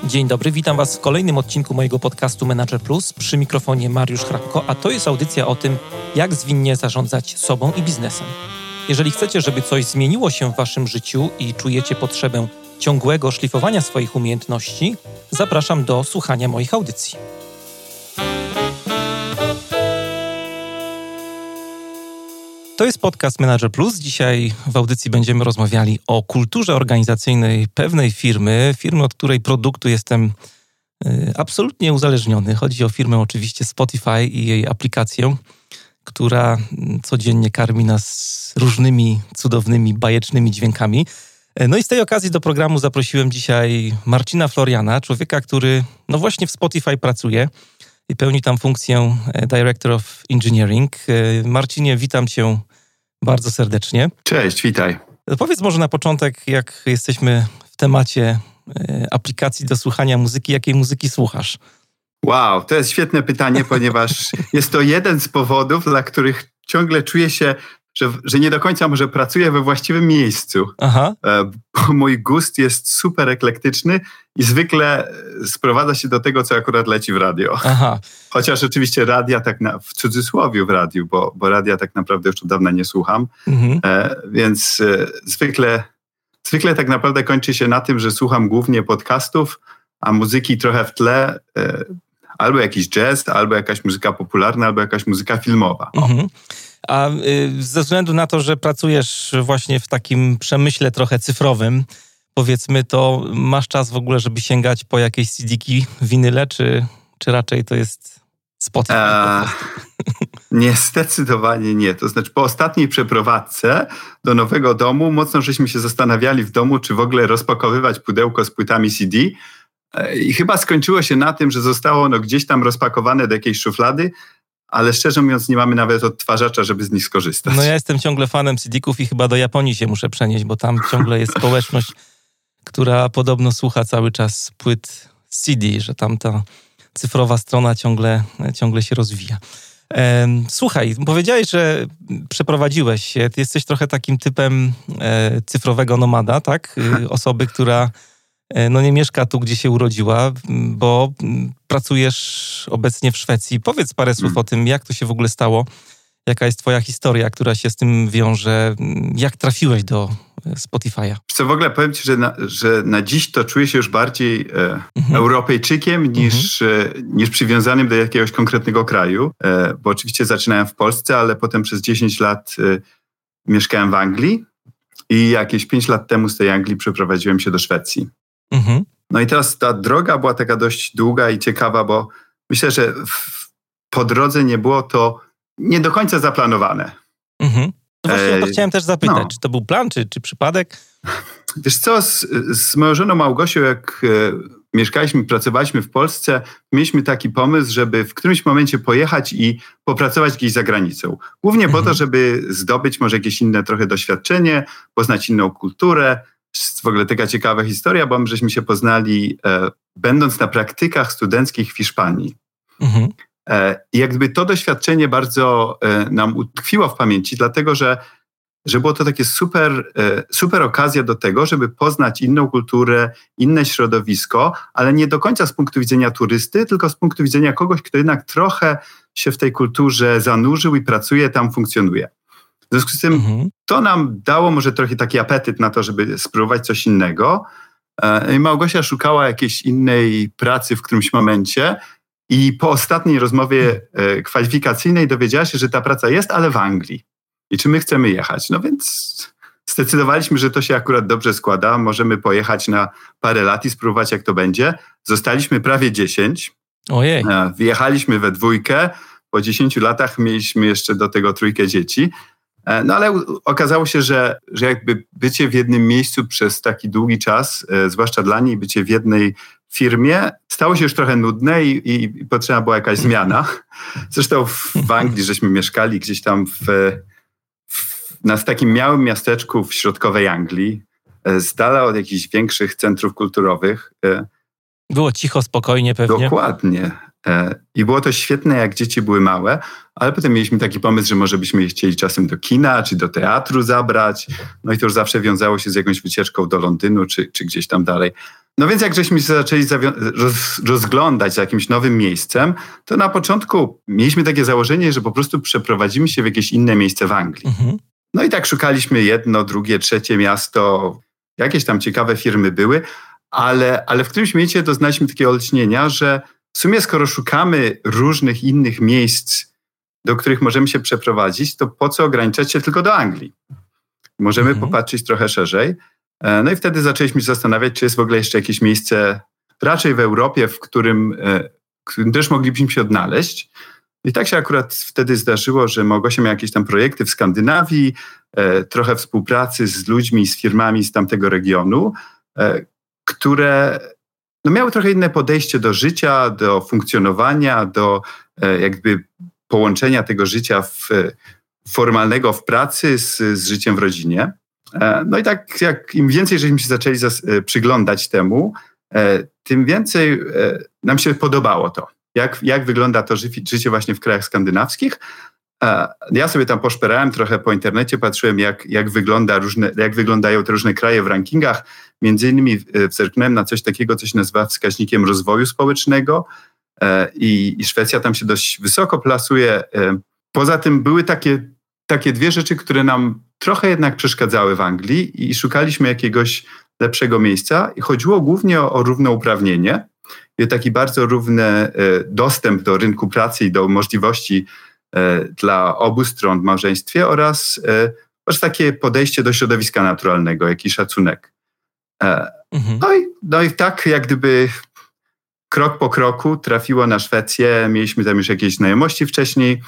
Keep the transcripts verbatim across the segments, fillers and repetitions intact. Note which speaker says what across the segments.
Speaker 1: Dzień dobry, witam Was w kolejnym odcinku mojego podcastu Menadżer Plus. Przy mikrofonie Mariusz Hrabko, a to jest audycja o tym, jak zwinnie zarządzać sobą i biznesem. Jeżeli chcecie, żeby coś zmieniło się w Waszym życiu i czujecie potrzebę ciągłego szlifowania swoich umiejętności, zapraszam do słuchania moich audycji. To jest podcast Menadżer Plus. Dzisiaj w audycji będziemy rozmawiali o kulturze organizacyjnej pewnej firmy, firmy, od której produktu jestem y, absolutnie uzależniony. Chodzi o firmę oczywiście Spotify i jej aplikację, która codziennie karmi nas różnymi cudownymi, bajecznymi dźwiękami. No i z tej okazji do programu zaprosiłem dzisiaj Marcina Floriana, człowieka, który no właśnie w Spotify pracuje i pełni tam funkcję Director of Engineering. Marcinie, witam Cię bardzo serdecznie.
Speaker 2: Cześć, witaj.
Speaker 1: Powiedz może na początek, jak jesteśmy w temacie aplikacji do słuchania muzyki, jakiej muzyki słuchasz?
Speaker 2: Wow, to jest świetne pytanie, ponieważ jest to jeden z powodów, dla których ciągle czuję się, że, że nie do końca może pracuję we właściwym miejscu.
Speaker 1: Aha.
Speaker 2: Bo mój gust jest super eklektyczny i zwykle sprowadza się do tego, co akurat leci w radio.
Speaker 1: Aha.
Speaker 2: Chociaż oczywiście radia tak na, w cudzysłowie w radiu, bo, bo radia tak naprawdę już od dawna nie słucham. Mhm. E, więc e, zwykle, zwykle tak naprawdę kończy się na tym, że słucham głównie podcastów, a muzyki trochę w tle, e, albo jakiś jazz, albo jakaś muzyka popularna, albo jakaś muzyka filmowa.
Speaker 1: Mhm. A y, ze względu na to, że pracujesz właśnie w takim przemyśle trochę cyfrowym, powiedzmy, to masz czas w ogóle, żeby sięgać po jakieś C D-ki, winyle, czy, czy raczej to jest Spotify?
Speaker 2: Eee, nie, zdecydowanie nie. To znaczy po ostatniej przeprowadzce do nowego domu mocno żeśmy się zastanawiali w domu, czy w ogóle rozpakowywać pudełko z płytami C D. I chyba skończyło się na tym, że zostało ono gdzieś tam rozpakowane do jakiejś szuflady, ale szczerze mówiąc nie mamy nawet odtwarzacza, żeby z nich skorzystać.
Speaker 1: No ja jestem ciągle fanem C D-ków i chyba do Japonii się muszę przenieść, bo tam ciągle jest społeczność, która podobno słucha cały czas płyt C D, że tam ta cyfrowa strona ciągle, ciągle się rozwija. Słuchaj, powiedziałeś, że przeprowadziłeś się. Ty jesteś trochę takim typem cyfrowego nomada, tak? Osoby, która no nie mieszka tu, gdzie się urodziła, bo pracujesz obecnie w Szwecji. Powiedz parę słów hmm. o tym, jak to się w ogóle stało, jaka jest twoja historia, która się z tym wiąże, jak trafiłeś do Spotify'a?
Speaker 2: Co w ogóle powiem ci, że na, że na dziś to czuję się już bardziej e, mhm. Europejczykiem niż, mhm. e, niż przywiązanym do jakiegoś konkretnego kraju, e, bo oczywiście zaczynałem w Polsce, ale potem przez dziesięć lat e, mieszkałem w Anglii i jakieś pięć lat temu z tej Anglii przeprowadziłem się do Szwecji. Mhm. No i teraz ta droga była taka dość długa i ciekawa, bo myślę, że w, po drodze nie było to nie do końca zaplanowane.
Speaker 1: Mhm. No właśnie o to chciałem też zapytać, no. Czy to był plan, czy, czy przypadek?
Speaker 2: Wiesz co, z, z moją żoną Małgosią, jak e, mieszkaliśmy, pracowaliśmy w Polsce, mieliśmy taki pomysł, żeby w którymś momencie pojechać i popracować gdzieś za granicą. Głównie mhm. po to, żeby zdobyć może jakieś inne trochę doświadczenie, poznać inną kulturę. W ogóle taka ciekawa historia, bo my żeśmy się poznali e, będąc na praktykach studenckich w Hiszpanii. Mhm. E, I jakby to doświadczenie bardzo e, nam utkwiło w pamięci, dlatego że, że było to takie super, e, super okazja do tego, żeby poznać inną kulturę, inne środowisko, ale nie do końca z punktu widzenia turysty, tylko z punktu widzenia kogoś, kto jednak trochę się w tej kulturze zanurzył i pracuje, tam funkcjonuje. W związku z tym mhm. to nam dało może trochę taki apetyt na to, żeby spróbować coś innego. I Małgosia szukała jakiejś innej pracy w którymś momencie i po ostatniej rozmowie mhm. kwalifikacyjnej dowiedziała się, że ta praca jest, ale w Anglii. I czy my chcemy jechać? No więc zdecydowaliśmy, że to się akurat dobrze składa. Możemy pojechać na parę lat i spróbować, jak to będzie. Zostaliśmy prawie dziesięć.
Speaker 1: Ojej.
Speaker 2: Wjechaliśmy we dwójkę. Po dziesięciu latach mieliśmy jeszcze do tego trójkę dzieci. No ale okazało się, że, że jakby bycie w jednym miejscu przez taki długi czas, e, zwłaszcza dla niej, bycie w jednej firmie, stało się już trochę nudne i, i, i potrzebna była jakaś zmiana. Zresztą w, w Anglii żeśmy mieszkali gdzieś tam w, w, na w takim małym miasteczku w środkowej Anglii, e, z dala od jakichś większych centrów kulturowych. E,
Speaker 1: Było cicho, spokojnie pewnie.
Speaker 2: Dokładnie. I było to świetne, jak dzieci były małe, ale potem mieliśmy taki pomysł, że może byśmy je chcieli czasem do kina, czy do teatru zabrać. No i to już zawsze wiązało się z jakąś wycieczką do Londynu, czy, czy gdzieś tam dalej. No więc jak żeśmy się zaczęli zawią- roz- rozglądać za jakimś nowym miejscem, to na początku mieliśmy takie założenie, że po prostu przeprowadzimy się w jakieś inne miejsce w Anglii. Mhm. No i tak szukaliśmy jedno, drugie, trzecie miasto, jakieś tam ciekawe firmy były, ale, ale w którymś momencie doznaliśmy takiego olśnienia, że w sumie skoro szukamy różnych innych miejsc, do których możemy się przeprowadzić, to po co ograniczać się tylko do Anglii? Możemy mhm. popatrzeć trochę szerzej. No i wtedy zaczęliśmy się zastanawiać, czy jest w ogóle jeszcze jakieś miejsce, raczej w Europie, w którym, w którym też moglibyśmy się odnaleźć. I tak się akurat wtedy zdarzyło, że Małgosia miała jakieś tam projekty w Skandynawii, trochę współpracy z ludźmi, z firmami z tamtego regionu, które no, miały trochę inne podejście do życia, do funkcjonowania, do jakby połączenia tego życia w, formalnego w pracy z, z życiem w rodzinie. No i tak jak im więcej żeśmy się zaczęli zas- przyglądać temu, tym więcej nam się podobało to. Jak, jak wygląda to ży- życie właśnie w krajach skandynawskich. Ja sobie tam poszperałem trochę po internecie, patrzyłem jak, jak, wygląda różne, jak wyglądają te różne kraje w rankingach. Między innymi zerknąłem na coś takiego, co się nazywa wskaźnikiem rozwoju społecznego i, i Szwecja tam się dość wysoko plasuje. Poza tym były takie, takie dwie rzeczy, które nam trochę jednak przeszkadzały w Anglii i szukaliśmy jakiegoś lepszego miejsca. I chodziło głównie o, o równouprawnienie i taki bardzo równy dostęp do rynku pracy i do możliwości dla obu stron w małżeństwie oraz, oraz takie podejście do środowiska naturalnego, jakiś szacunek. Mhm. No, i, no i tak jak gdyby krok po kroku trafiło na Szwecję. Mieliśmy tam już jakieś znajomości wcześniej,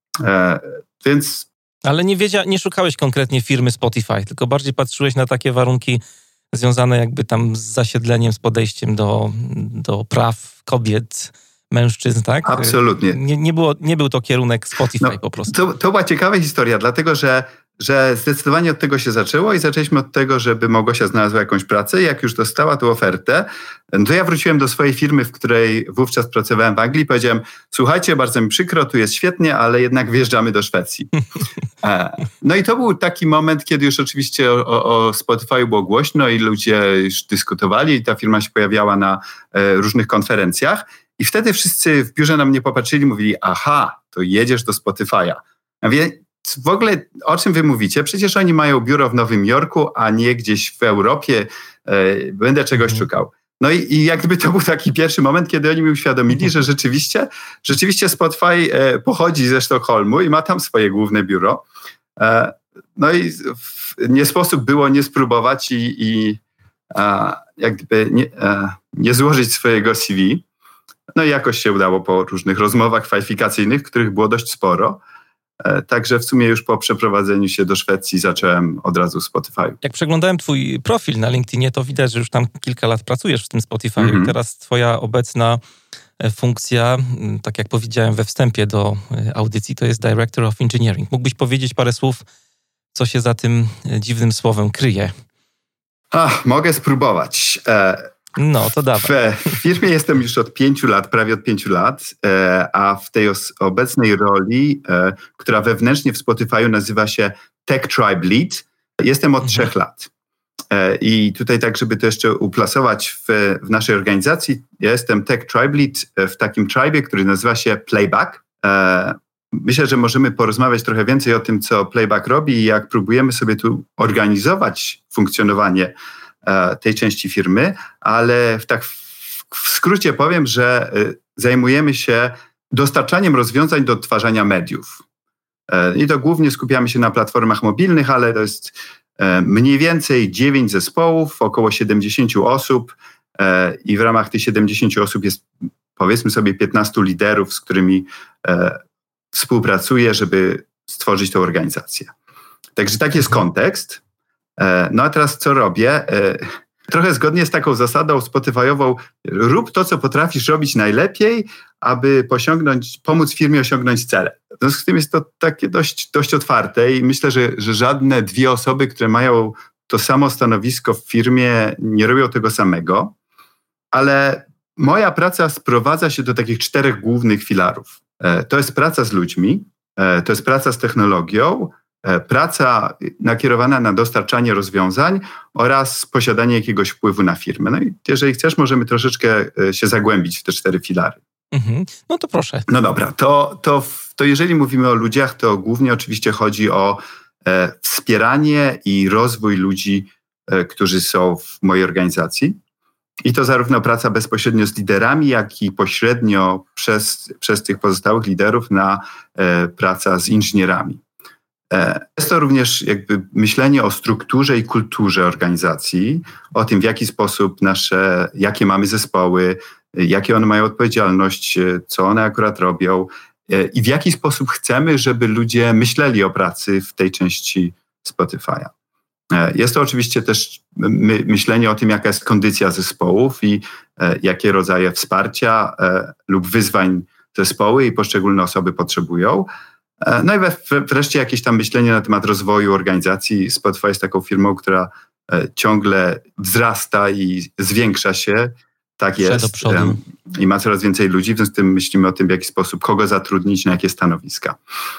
Speaker 2: więc...
Speaker 1: Ale nie wiedzia, nie szukałeś konkretnie firmy Spotify, tylko bardziej patrzyłeś na takie warunki związane jakby tam z zasiedleniem, z podejściem do, do praw kobiet, mężczyzn, tak?
Speaker 2: Absolutnie.
Speaker 1: Nie, nie, było, nie był to kierunek Spotify no, po prostu.
Speaker 2: To, to była ciekawa historia, dlatego że, że zdecydowanie od tego się zaczęło i zaczęliśmy od tego, żeby Małgosia znalazła jakąś pracę. Jak już dostała tę ofertę, to ja wróciłem do swojej firmy, w której wówczas pracowałem w Anglii i powiedziałem, słuchajcie, bardzo mi przykro, tu jest świetnie, ale jednak wjeżdżamy do Szwecji. No i to był taki moment, kiedy już oczywiście o, o Spotify było głośno i ludzie już dyskutowali i ta firma się pojawiała na e, różnych konferencjach. I wtedy wszyscy w biurze na mnie popatrzyli i mówili, aha, to jedziesz do Spotify'a. Ja mówię, w ogóle o czym wy mówicie? Przecież oni mają biuro w Nowym Jorku, a nie gdzieś w Europie. E, będę czegoś mm. szukał. No i, i jakby to był taki pierwszy moment, kiedy oni mi uświadomili, że rzeczywiście, rzeczywiście Spotify e, pochodzi ze Sztokholmu i ma tam swoje główne biuro. E, no i w, nie sposób było nie spróbować i, i a, jakby nie, a, nie złożyć swojego C V. No i jakoś się udało po różnych rozmowach kwalifikacyjnych, których było dość sporo. Także w sumie już po przeprowadzeniu się do Szwecji zacząłem od razu Spotify.
Speaker 1: Jak przeglądałem twój profil na LinkedInie, to widać, że już tam kilka lat pracujesz w tym Spotify. Mm-hmm. I teraz twoja obecna funkcja, tak jak powiedziałem we wstępie do audycji, to jest Director of Engineering. Mógłbyś powiedzieć parę słów, co się za tym dziwnym słowem kryje?
Speaker 2: Ach, mogę spróbować. E-
Speaker 1: No, to dawaj.
Speaker 2: W firmie jestem już od pięciu lat, prawie od pięciu lat, a w tej obecnej roli, która wewnętrznie w Spotify'u nazywa się Tech Tribe Lead, jestem od mhm. trzech lat. I tutaj tak, żeby to jeszcze uplasować w, w naszej organizacji, ja jestem Tech Tribe Lead w takim tribe, który nazywa się Playback. Myślę, że możemy porozmawiać trochę więcej o tym, co Playback robi i jak próbujemy sobie tu organizować funkcjonowanie tej części firmy, ale w tak w skrócie powiem, że zajmujemy się dostarczaniem rozwiązań do odtwarzania mediów. I to głównie skupiamy się na platformach mobilnych, ale to jest mniej więcej dziewięć zespołów, około siedemdziesiąt osób i w ramach tych siedemdziesięciu osób jest powiedzmy sobie piętnastu liderów, z którymi współpracuję, żeby stworzyć tę organizację. Także taki jest kontekst. No a teraz co robię? Trochę zgodnie z taką zasadą Spotify'ową, rób to, co potrafisz robić najlepiej, aby posiągnąć, pomóc firmie osiągnąć cele. W związku z tym jest to takie dość, dość otwarte i myślę, że, że żadne dwie osoby, które mają to samo stanowisko w firmie, nie robią tego samego, ale moja praca sprowadza się do takich czterech głównych filarów. To jest praca z ludźmi, to jest praca z technologią, praca nakierowana na dostarczanie rozwiązań oraz posiadanie jakiegoś wpływu na firmę. No i jeżeli chcesz, możemy troszeczkę się zagłębić w te cztery filary.
Speaker 1: Mhm. No to proszę.
Speaker 2: No dobra, to, to, to jeżeli mówimy o ludziach, to głównie oczywiście chodzi o e, wspieranie i rozwój ludzi, e, którzy są w mojej organizacji. I to zarówno praca bezpośrednio z liderami, jak i pośrednio przez, przez tych pozostałych liderów na e, praca z inżynierami. E, jest to również jakby myślenie o strukturze i kulturze organizacji, o tym, w jaki sposób nasze, jakie mamy zespoły, jakie one mają odpowiedzialność, co one akurat robią e, i w jaki sposób chcemy, żeby ludzie myśleli o pracy w tej części Spotify'a. Jest to oczywiście też my, myślenie o tym, jaka jest kondycja zespołów i e, jakie rodzaje wsparcia e, lub wyzwań zespoły i poszczególne osoby potrzebują. E, no i we, wreszcie jakieś tam myślenie na temat rozwoju organizacji. Spotify jest taką firmą, która e, ciągle wzrasta i zwiększa się. Tak jest.
Speaker 1: Do przodu.
Speaker 2: E, I ma coraz więcej ludzi, w związku z tym myślimy o tym, w jaki sposób, kogo zatrudnić, na jakie stanowiska.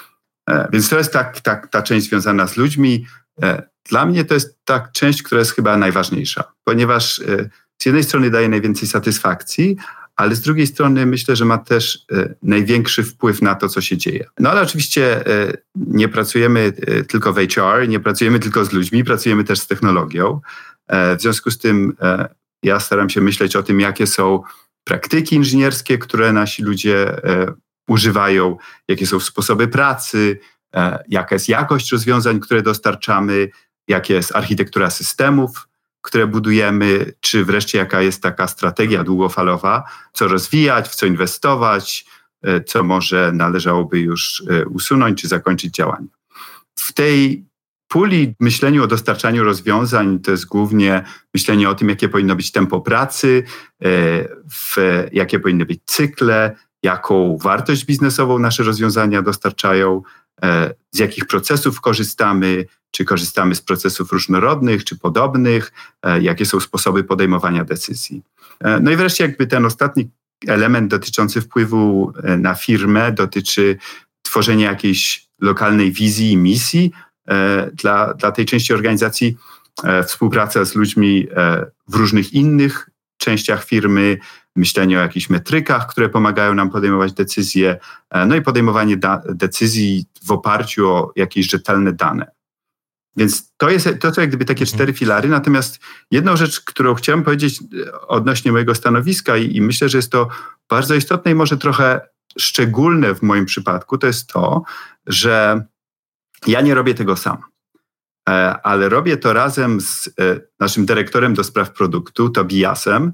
Speaker 2: E, więc to jest tak, tak, ta część związana z ludźmi. E, Dla mnie to jest ta część, która jest chyba najważniejsza, ponieważ z jednej strony daje najwięcej satysfakcji, ale z drugiej strony myślę, że ma też największy wpływ na to, co się dzieje. No ale oczywiście nie pracujemy tylko w H R, nie pracujemy tylko z ludźmi, pracujemy też z technologią. W związku z tym ja staram się myśleć o tym, jakie są praktyki inżynierskie, które nasi ludzie używają, jakie są sposoby pracy, jaka jest jakość rozwiązań, które dostarczamy, jaka jest architektura systemów, które budujemy, czy wreszcie jaka jest taka strategia długofalowa, co rozwijać, w co inwestować, co może należałoby już usunąć, czy zakończyć działanie. W tej puli myśleniu o dostarczaniu rozwiązań to jest głównie myślenie o tym, jakie powinno być tempo pracy, w jakie powinny być cykle, jaką wartość biznesową nasze rozwiązania dostarczają, z jakich procesów korzystamy, czy korzystamy z procesów różnorodnych, czy podobnych, jakie są sposoby podejmowania decyzji. No i wreszcie jakby ten ostatni element dotyczący wpływu na firmę dotyczy tworzenia jakiejś lokalnej wizji i misji dla, dla tej części organizacji, współpraca z ludźmi w różnych innych częściach firmy, myślenie o jakichś metrykach, które pomagają nam podejmować decyzje, no i podejmowanie da- decyzji w oparciu o jakieś rzetelne dane. Więc to jest to, to jak gdyby takie cztery filary. Natomiast jedną rzecz, którą chciałem powiedzieć odnośnie mojego stanowiska i, i myślę, że jest to bardzo istotne i może trochę szczególne w moim przypadku, to jest to, że ja nie robię tego sam, ale robię to razem z naszym dyrektorem do spraw produktu, Tobiasem,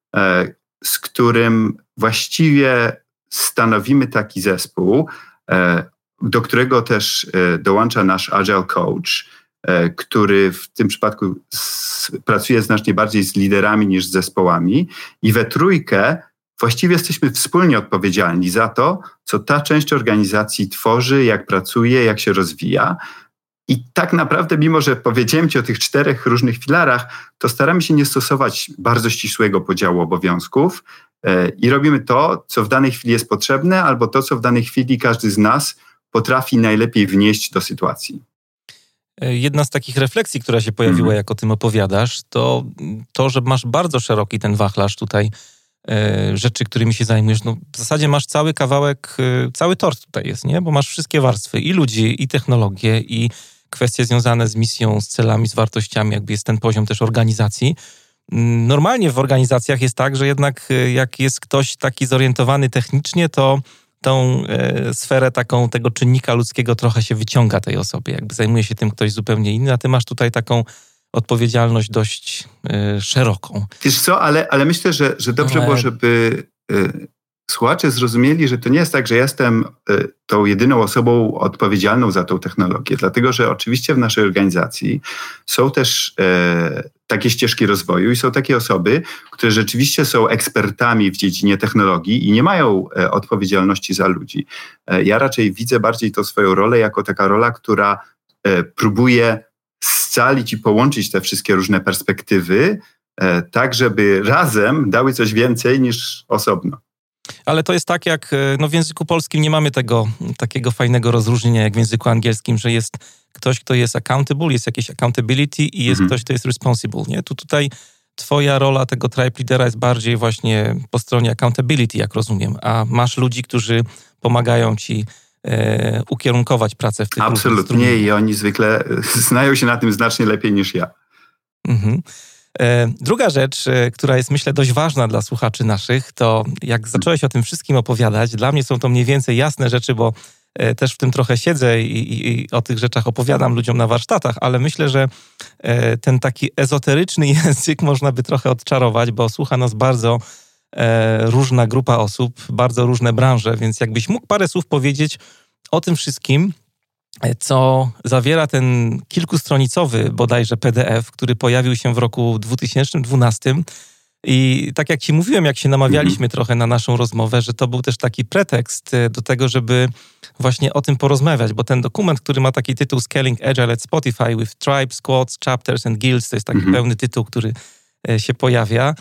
Speaker 2: z którym właściwie stanowimy taki zespół, do którego też dołącza nasz Agile Coach, który w tym przypadku pracuje znacznie bardziej z liderami niż z zespołami i we trójkę właściwie jesteśmy wspólnie odpowiedzialni za to, co ta część organizacji tworzy, jak pracuje, jak się rozwija. I tak naprawdę, mimo że powiedziałem Ci o tych czterech różnych filarach, to staramy się nie stosować bardzo ścisłego podziału obowiązków i robimy to, co w danej chwili jest potrzebne, albo to, co w danej chwili każdy z nas potrafi najlepiej wnieść do sytuacji.
Speaker 1: Jedna z takich refleksji, która się pojawiła, mm. jak o tym opowiadasz, to to, że masz bardzo szeroki ten wachlarz tutaj e, rzeczy, którymi się zajmujesz. No, w zasadzie masz cały kawałek, e, cały tort tutaj jest, nie? Bo masz wszystkie warstwy i ludzi, i technologię, i kwestie związane z misją, z celami, z wartościami, jakby jest ten poziom też organizacji. Normalnie w organizacjach jest tak, że jednak jak jest ktoś taki zorientowany technicznie, to tą e, sferę taką tego czynnika ludzkiego trochę się wyciąga tej osobie, jakby zajmuje się tym ktoś zupełnie inny, a ty masz tutaj taką odpowiedzialność dość e, szeroką.
Speaker 2: Wiesz co, ale, ale myślę, że, że dobrze ale... było, żeby e, słuchacze zrozumieli, że to nie jest tak, że jestem e, tą jedyną osobą odpowiedzialną za tą technologię, dlatego że oczywiście w naszej organizacji są też e, takie ścieżki rozwoju i są takie osoby, które rzeczywiście są ekspertami w dziedzinie technologii i nie mają e, odpowiedzialności za ludzi. E, ja raczej widzę bardziej tą swoją rolę jako taka rola, która e, próbuje scalić i połączyć te wszystkie różne perspektywy, e, tak żeby razem dały coś więcej niż osobno.
Speaker 1: Ale to jest tak, jak no w języku polskim nie mamy tego takiego fajnego rozróżnienia jak w języku angielskim, że jest ktoś, kto jest accountable, jest jakieś accountability i jest mhm. ktoś, kto jest responsible, nie? Tu tutaj twoja rola tego tribe lidera jest bardziej właśnie po stronie accountability, jak rozumiem, a masz ludzi, którzy pomagają ci e, ukierunkować pracę w tych
Speaker 2: Absolutnie i oni zwykle znają się na tym znacznie lepiej niż ja.
Speaker 1: Mhm. E, druga rzecz, e, która jest myślę dość ważna dla słuchaczy naszych, to jak zacząłeś o tym wszystkim opowiadać, dla mnie są to mniej więcej jasne rzeczy, bo e, też w tym trochę siedzę i, i, i o tych rzeczach opowiadam ludziom na warsztatach, ale myślę, że e, ten taki ezoteryczny język można by trochę odczarować, bo słucha nas bardzo e, różna grupa osób, bardzo różne branże, więc jakbyś mógł parę słów powiedzieć o tym wszystkim, co zawiera ten kilkustronicowy bodajże P D F, który pojawił się w roku dwa tysiące dwunastym. I tak jak ci mówiłem, jak się namawialiśmy mm-hmm. trochę na naszą rozmowę, że to był też taki pretekst do tego, żeby właśnie o tym porozmawiać, bo ten dokument, który ma taki tytuł Scaling Agile at Spotify with Tribes, Squads, Chapters and Guilds, to jest taki mm-hmm. pełny tytuł, który się pojawia.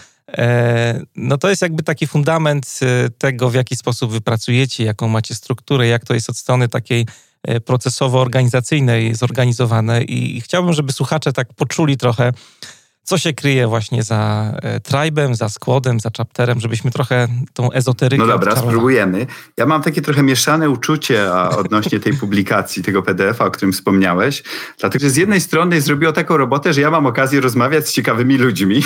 Speaker 1: No to jest jakby taki fundament tego, w jaki sposób wy pracujecie, jaką macie strukturę, jak to jest od strony takiej procesowo-organizacyjnej zorganizowane i chciałbym, żeby słuchacze tak poczuli trochę, co się kryje właśnie za tribem, za składem, za chapterem, żebyśmy trochę tą ezoterykę
Speaker 2: No dobra,
Speaker 1: odczarowali.
Speaker 2: Spróbujemy. Ja mam takie trochę mieszane uczucie odnośnie tej publikacji, tego P D F-a, o którym wspomniałeś, dlatego że z jednej strony zrobiło taką robotę, że ja mam okazję rozmawiać z ciekawymi ludźmi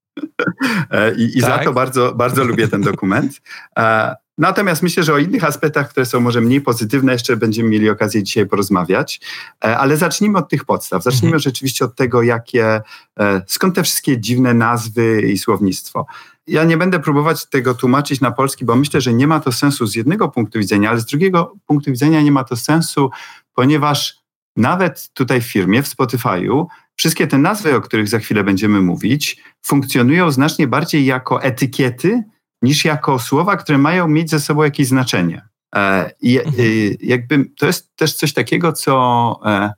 Speaker 2: i, i tak. za to bardzo, bardzo lubię ten dokument. Natomiast myślę, że o innych aspektach, które są może mniej pozytywne, jeszcze będziemy mieli okazję dzisiaj porozmawiać. Ale zacznijmy od tych podstaw. Zacznijmy mhm. rzeczywiście od tego, jakie, skąd te wszystkie dziwne nazwy i słownictwo. Ja nie będę próbować tego tłumaczyć na polski, bo myślę, że nie ma to sensu z jednego punktu widzenia, ale z drugiego punktu widzenia nie ma to sensu, ponieważ nawet tutaj w firmie, w Spotify'u, wszystkie te nazwy, o których za chwilę będziemy mówić, funkcjonują znacznie bardziej jako etykiety, niż jako słowa, które mają mieć ze sobą jakieś znaczenie. E, I mhm. jakby to jest też coś takiego, co e,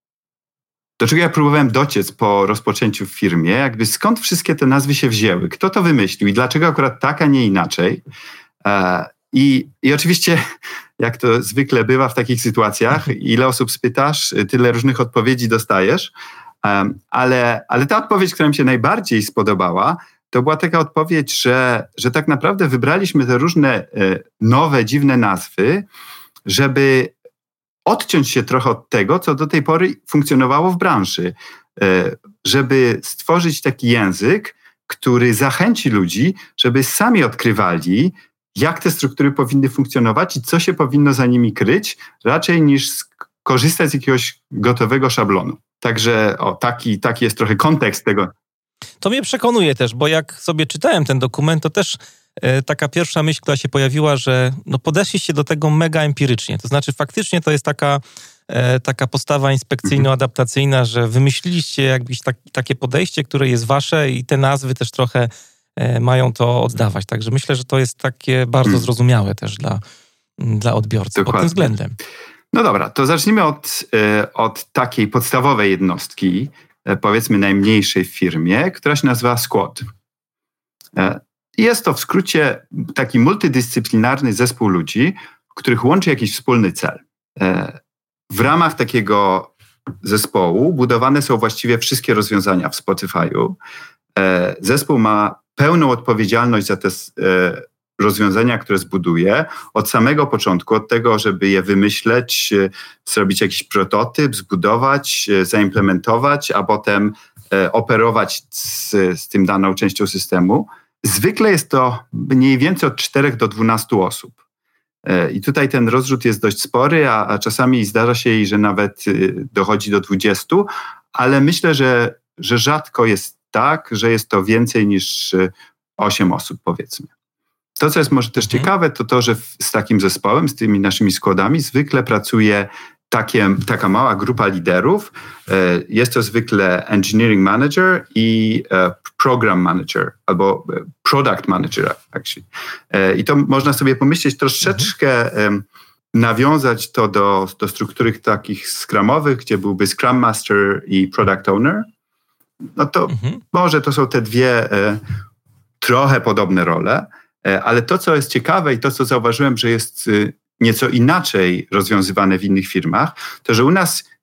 Speaker 2: do czego ja próbowałem dociec po rozpoczęciu w firmie, jakby skąd wszystkie te nazwy się wzięły, kto to wymyślił i dlaczego akurat tak, a nie inaczej. E, i, I oczywiście, jak to zwykle bywa w takich sytuacjach, ile osób spytasz, tyle różnych odpowiedzi dostajesz, e, ale, ale ta odpowiedź, która mi się najbardziej spodobała, to była taka odpowiedź, że, że tak naprawdę wybraliśmy te różne e, nowe, dziwne nazwy, żeby odciąć się trochę od tego, co do tej pory funkcjonowało w branży. E, żeby stworzyć taki język, który zachęci ludzi, żeby sami odkrywali, jak te struktury powinny funkcjonować i co się powinno za nimi kryć, raczej niż korzystać z jakiegoś gotowego szablonu. Także o, taki, taki jest trochę kontekst tego.
Speaker 1: To mnie przekonuje też, bo jak sobie czytałem ten dokument, to też e, taka pierwsza myśl, która się pojawiła, że no podeszliście do tego mega empirycznie. To znaczy faktycznie to jest taka, e, taka postawa inspekcyjno-adaptacyjna, że wymyśliliście jakieś tak, takie podejście, które jest wasze i te nazwy też trochę e, mają to oddawać. Także myślę, że to jest takie bardzo zrozumiałe też dla, dla odbiorcy pod tym względem.
Speaker 2: No dobra, to zacznijmy od, e, od takiej podstawowej jednostki, powiedzmy najmniejszej w firmie, która się nazywa squad. Jest to w skrócie taki multidyscyplinarny zespół ludzi, których łączy jakiś wspólny cel. W ramach takiego zespołu budowane są właściwie wszystkie rozwiązania w Spotify'u. Zespół ma pełną odpowiedzialność za te rozwiązania, które zbuduje, od samego początku, od tego, żeby je wymyśleć, zrobić jakiś prototyp, zbudować, zaimplementować, a potem operować z, z tym daną częścią systemu. Zwykle jest to mniej więcej od czterech do dwunastu osób. I tutaj ten rozrzut jest dość spory, a, a czasami zdarza się, że nawet dochodzi do dwudziestu, ale myślę, że, że rzadko jest tak, że jest to więcej niż osiem osób, powiedzmy. To, co jest może też mhm. ciekawe, to to, że w, z takim zespołem, z tymi naszymi składami zwykle pracuje takie, taka mała grupa liderów. Jest to zwykle engineering manager i program manager albo product manager actually. I to można sobie pomyśleć troszeczkę, mhm. nawiązać to do, do struktury takich scrumowych, gdzie byłby Scrum Master i Product Owner. No to mhm. może to są te dwie trochę podobne role. Ale to, co jest ciekawe i to, co zauważyłem, że jest nieco inaczej rozwiązywane w innych firmach, to, że u nas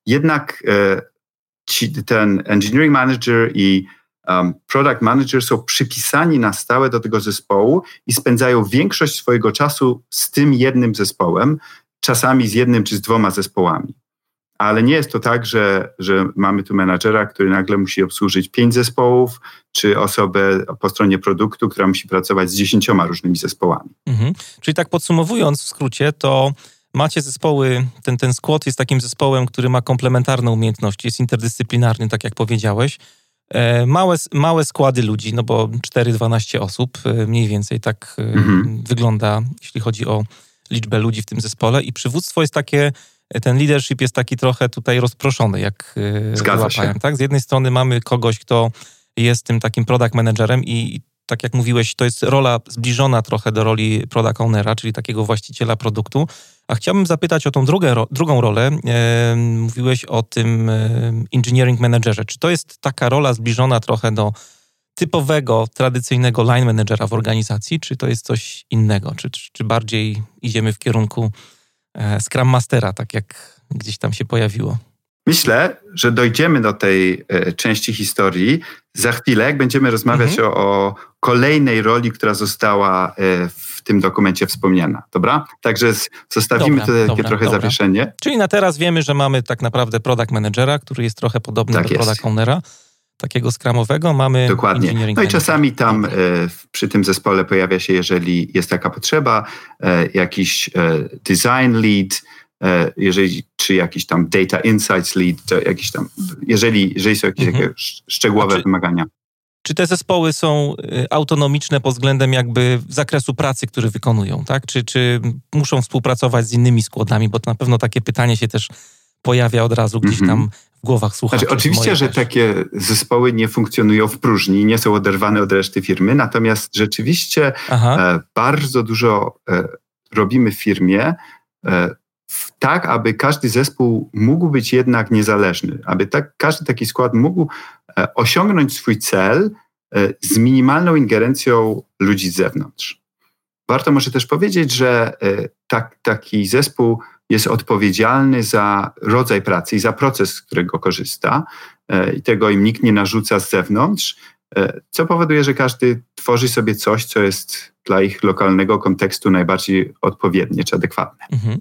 Speaker 2: jednak e, ci, ten engineering manager i um, product manager są przypisani na stałe do tego zespołu i spędzają większość swojego czasu z tym jednym zespołem, czasami z jednym czy z dwoma zespołami. Ale nie jest to tak, że, że mamy tu menadżera, który nagle musi obsłużyć pięć zespołów, czy osobę po stronie produktu, która musi pracować z dziesięcioma różnymi zespołami. Mhm.
Speaker 1: Czyli tak podsumowując w skrócie, to macie zespoły, ten, ten skład jest takim zespołem, który ma komplementarne umiejętności, jest interdyscyplinarny, tak jak powiedziałeś. E, małe, małe składy ludzi, no bo cztery dwanaście osób, e, mniej więcej tak e, mhm. wygląda, jeśli chodzi o liczbę ludzi w tym zespole i przywództwo jest takie, ten leadership jest taki trochę tutaj rozproszony, jak wyłapałem, tak? Z jednej strony mamy kogoś, kto jest tym takim product managerem i tak jak mówiłeś, to jest rola zbliżona trochę do roli product ownera, czyli takiego właściciela produktu. A chciałbym zapytać o tą drugą, drugą rolę. E, mówiłeś o tym e, engineering managerze. Czy to jest taka rola zbliżona trochę do typowego, tradycyjnego line managera w organizacji, czy to jest coś innego? Czy, czy, czy bardziej idziemy w kierunku e, Scrum Mastera, tak jak gdzieś tam się pojawiło?
Speaker 2: Myślę, że dojdziemy do tej e, części historii za chwilę, jak będziemy rozmawiać mhm. o, o kolejnej roli, która została e, w tym dokumencie wspomniana. Dobra? Także z, zostawimy
Speaker 1: dobra,
Speaker 2: tutaj takie
Speaker 1: dobra,
Speaker 2: trochę
Speaker 1: dobra.
Speaker 2: zawieszenie.
Speaker 1: Czyli na teraz wiemy, że mamy tak naprawdę product managera, który jest trochę podobny
Speaker 2: tak
Speaker 1: do
Speaker 2: jest.
Speaker 1: product ownera, takiego scrumowego. Mamy
Speaker 2: dokładnie.
Speaker 1: engineering
Speaker 2: No i
Speaker 1: manager.
Speaker 2: czasami tam e, przy tym zespole pojawia się, jeżeli jest taka potrzeba, e, jakiś e, design lead, jeżeli, czy jakiś tam data insights lead, to jakiś tam, jeżeli, jeżeli są jakieś mhm. szczegółowe czy, wymagania.
Speaker 1: Czy te zespoły są autonomiczne pod względem jakby zakresu pracy, który wykonują, tak? Czy, czy muszą współpracować z innymi składami? Bo to na pewno takie pytanie się też pojawia od razu gdzieś tam mhm. w głowach słuchaczy.
Speaker 2: Znaczy, oczywiście, że
Speaker 1: też.
Speaker 2: takie zespoły nie funkcjonują w próżni, nie są oderwane od reszty firmy, natomiast rzeczywiście e, bardzo dużo e, robimy w firmie, e, tak, aby każdy zespół mógł być jednak niezależny, aby tak, każdy taki skład mógł e, osiągnąć swój cel e, z minimalną ingerencją ludzi z zewnątrz. Warto może też powiedzieć, że e, tak, taki zespół jest odpowiedzialny za rodzaj pracy i za proces, z którego korzysta e, i tego im nikt nie narzuca z zewnątrz, e, co powoduje, że każdy tworzy sobie coś, co jest dla ich lokalnego kontekstu najbardziej odpowiednie czy adekwatne. Mhm.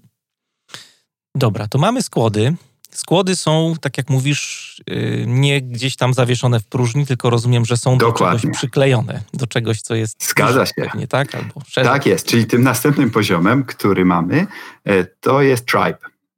Speaker 1: Dobra, to mamy składy. Składy są, tak jak mówisz, nie gdzieś tam zawieszone w próżni, tylko rozumiem, że są Dokładnie. do czegoś przyklejone, do czegoś, co jest...
Speaker 2: Zgadza się.
Speaker 1: Pewnie, tak? Albo szerzej.
Speaker 2: Tak jest, czyli tym następnym poziomem, który mamy, to jest tribe.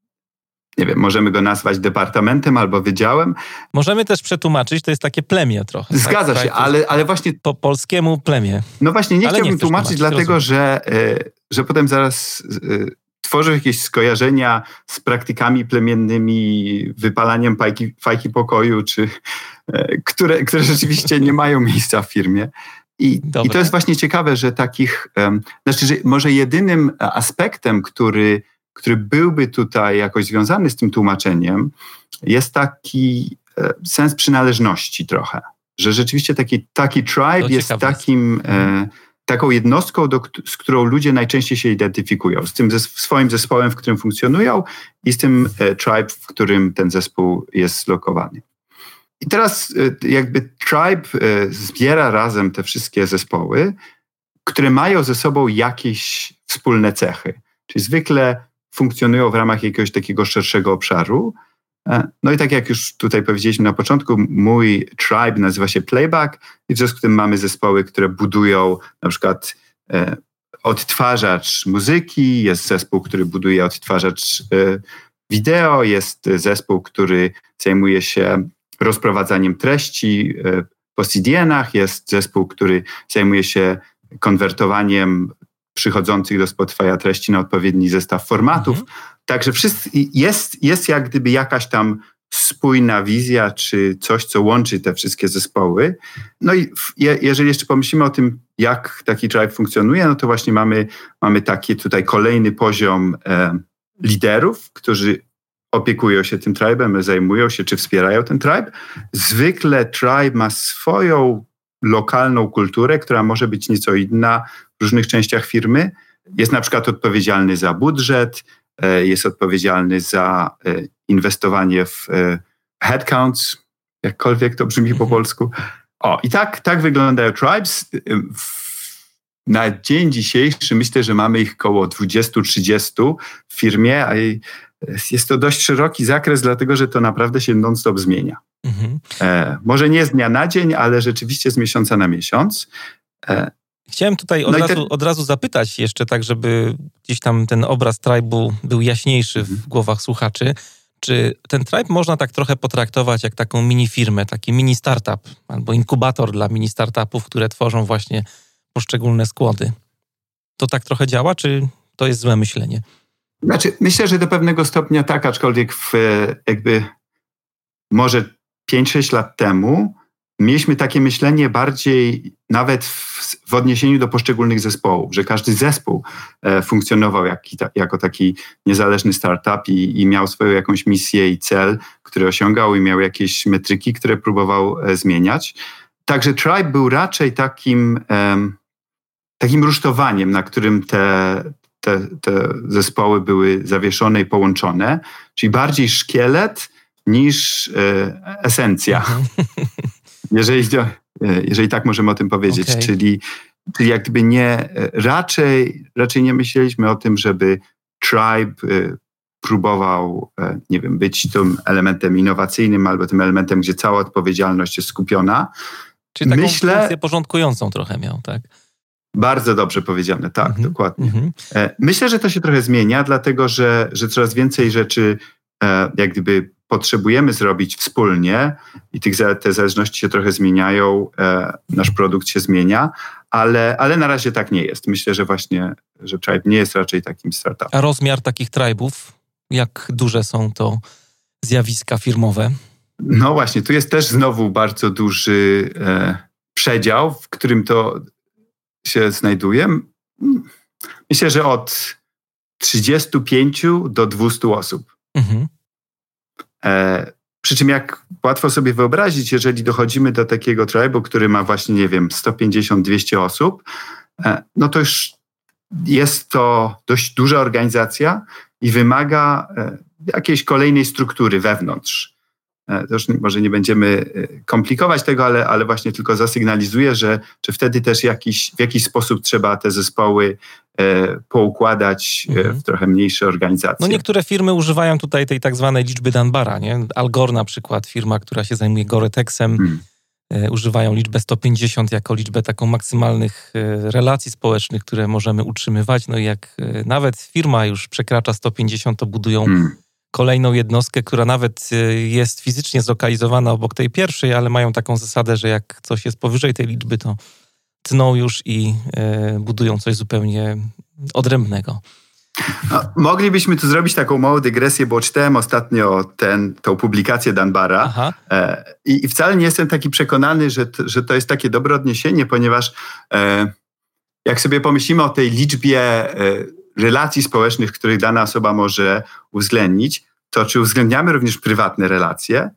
Speaker 2: Nie wiem, możemy go nazwać departamentem albo wydziałem.
Speaker 1: Możemy też przetłumaczyć, to jest takie plemię trochę.
Speaker 2: Zgadza tak? się, ale, ale właśnie...
Speaker 1: Po polskiemu plemię.
Speaker 2: No właśnie, nie
Speaker 1: ale
Speaker 2: chciałbym
Speaker 1: nie
Speaker 2: tłumaczyć,
Speaker 1: tłumaczyć,
Speaker 2: dlatego że, że potem zaraz... tworzę jakieś skojarzenia z praktykami plemiennymi, wypalaniem fajki, fajki pokoju, czy, e, które, które rzeczywiście nie mają miejsca w firmie. I, i to jest właśnie ciekawe, że takich, um, znaczy, że może jedynym aspektem, który, który byłby tutaj jakoś związany z tym tłumaczeniem, jest taki e, sens przynależności trochę. Że rzeczywiście taki, taki tribe jest takim... E, taką jednostką, do, z którą ludzie najczęściej się identyfikują. Z tym ze, swoim zespołem, w którym funkcjonują i z tym e, tribe, w którym ten zespół jest zlokowany. I teraz e, jakby tribe e, zbiera razem te wszystkie zespoły, które mają ze sobą jakieś wspólne cechy. Czyli zwykle funkcjonują w ramach jakiegoś takiego szerszego obszaru. E, no i tak jak już tutaj powiedzieliśmy na początku, mój tribe nazywa się Playback i w związku z tym mamy zespoły, które budują na przykład e, odtwarzacz muzyki, jest zespół, który buduje odtwarzacz e, wideo, jest zespół, który zajmuje się rozprowadzaniem treści e, po C D N-ach, jest zespół, który zajmuje się konwertowaniem przychodzących do Spotify'a treści na odpowiedni zestaw formatów. Mhm. Także wszyscy, jest, jest jak gdyby jakaś tam spójna wizja, czy coś, co łączy te wszystkie zespoły. No i je, jeżeli jeszcze pomyślimy o tym, jak taki tribe funkcjonuje, no to właśnie mamy, mamy taki tutaj kolejny poziom e, liderów, którzy opiekują się tym tribe'em, zajmują się, czy wspierają ten tribe. Zwykle tribe ma swoją lokalną kulturę, która może być nieco inna w różnych częściach firmy. Jest na przykład odpowiedzialny za budżet, jest odpowiedzialny za inwestowanie w headcounts, jakkolwiek to brzmi po polsku. O, i tak, tak wyglądają tribes. Na dzień dzisiejszy myślę, że mamy ich około dwadzieścia trzydzieści w firmie, a jest to dość szeroki zakres, dlatego że to naprawdę się non-stop zmienia. Mhm. E, może nie z dnia na dzień, ale rzeczywiście z miesiąca na miesiąc. E,
Speaker 1: Chciałem tutaj od, no razu, te... od razu zapytać jeszcze tak, żeby gdzieś tam ten obraz tribe'u był jaśniejszy mhm. w głowach słuchaczy. Czy ten tribe można tak trochę potraktować jak taką mini firmę, taki mini startup albo inkubator dla mini startupów, które tworzą właśnie poszczególne składy? To tak trochę działa, czy to jest złe myślenie?
Speaker 2: Znaczy, myślę, że do pewnego stopnia tak, aczkolwiek w jakby może pięć sześć lat temu mieliśmy takie myślenie bardziej nawet w, w odniesieniu do poszczególnych zespołów, że każdy zespół e, funkcjonował jak, jako taki niezależny startup i, i miał swoją jakąś misję i cel, który osiągał i miał jakieś metryki, które próbował e, zmieniać. Także Tribe był raczej takim, e, takim rusztowaniem, na którym te, te, te zespoły były zawieszone i połączone, czyli bardziej szkielet niż e, esencja. Jeżeli, to, jeżeli tak możemy o tym powiedzieć, okay. czyli, czyli jak gdyby nie, raczej, raczej nie myśleliśmy o tym, żeby Tribe próbował, nie wiem, być tym elementem innowacyjnym albo tym elementem, gdzie cała odpowiedzialność jest skupiona.
Speaker 1: Czyli taką Myślę, funkcję porządkującą trochę miał, tak?
Speaker 2: Bardzo dobrze powiedziane, tak, mm-hmm, dokładnie.
Speaker 1: Mm-hmm.
Speaker 2: Myślę, że to się trochę zmienia, dlatego że, że coraz więcej rzeczy jak gdyby potrzebujemy zrobić wspólnie i tych, te zależności się trochę zmieniają, e, nasz produkt się zmienia, ale, ale na razie tak nie jest. Myślę, że właśnie, że Tribe nie jest raczej takim startupem.
Speaker 1: A rozmiar takich tribów, jak duże są to zjawiska firmowe?
Speaker 2: No właśnie, tu jest też znowu bardzo duży e, przedział, w którym to się znajduje. Myślę, że od trzydziestu pięciu do dwustu osób. Mhm. E, przy czym jak łatwo sobie wyobrazić, jeżeli dochodzimy do takiego tribe'u, który ma właśnie, nie wiem, sto pięćdziesiąt do dwustu osób, e, no to już jest to dość duża organizacja i wymaga e, jakiejś kolejnej struktury wewnątrz. E, to już może nie będziemy komplikować tego, ale, ale właśnie tylko zasygnalizuję, że, że wtedy też jakiś, w jakiś sposób trzeba te zespoły e, poukładać e, w trochę mniejsze organizacje.
Speaker 1: No niektóre firmy używają tutaj tej tak zwanej liczby Dunbara, nie? Al Gore na przykład, firma, która się zajmuje Gore-Texem, hmm. e, używają liczbę sto pięćdziesiąt jako liczbę taką maksymalnych e, relacji społecznych, które możemy utrzymywać. No i jak e, nawet firma już przekracza sto pięćdziesiąt, to budują hmm. kolejną jednostkę, która nawet jest fizycznie zlokalizowana obok tej pierwszej, ale mają taką zasadę, że jak coś jest powyżej tej liczby, to tną już i e, budują coś zupełnie odrębnego.
Speaker 2: No, moglibyśmy tu zrobić taką małą dygresję, bo czytałem ostatnio ten, tą publikację Dunbara e, i, i wcale nie jestem taki przekonany, że, t, że to jest takie dobre odniesienie, ponieważ e, jak sobie pomyślimy o tej liczbie e, relacji społecznych, których dana osoba może uwzględnić, to czy uwzględniamy również prywatne relacje?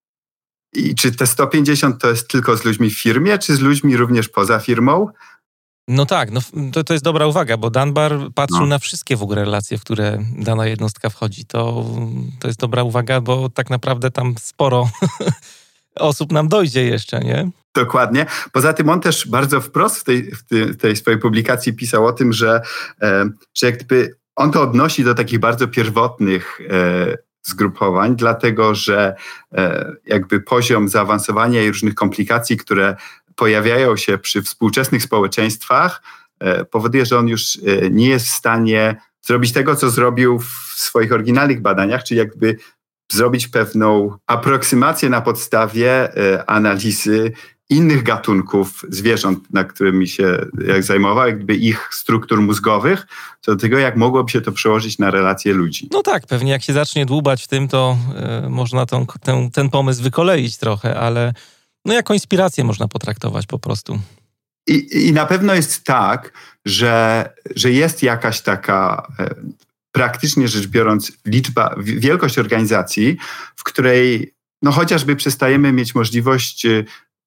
Speaker 2: I czy te sto pięćdziesiąt to jest tylko z ludźmi w firmie, czy z ludźmi również poza firmą?
Speaker 1: No tak, no to, to jest dobra uwaga, bo Dunbar patrzył no. na wszystkie w ogóle relacje, w które dana jednostka wchodzi. To, to jest dobra uwaga, bo tak naprawdę tam sporo osób nam dojdzie jeszcze, nie?
Speaker 2: Dokładnie. Poza tym on też bardzo wprost w tej, w tej, w tej swojej publikacji pisał o tym, że, e, że jak gdyby on to odnosi do takich bardzo pierwotnych e, zgrupowań, dlatego że e, jakby poziom zaawansowania i różnych komplikacji, które pojawiają się przy współczesnych społeczeństwach, e, powoduje, że on już e, nie jest w stanie zrobić tego, co zrobił w swoich oryginalnych badaniach, czyli jakby zrobić pewną aproksymację na podstawie e, analizy innych gatunków zwierząt, na którymi się jak zajmował, jakby ich struktur mózgowych, co do tego, jak mogłoby się to przełożyć na relacje ludzi.
Speaker 1: No tak, pewnie jak się zacznie dłubać w tym, to y, można tą, ten, ten pomysł wykoleić trochę, ale no jako inspirację można potraktować po prostu.
Speaker 2: I, i na pewno jest tak, że, że jest jakaś taka e, praktycznie rzecz biorąc liczba, wielkość organizacji, w której no chociażby przestajemy mieć możliwość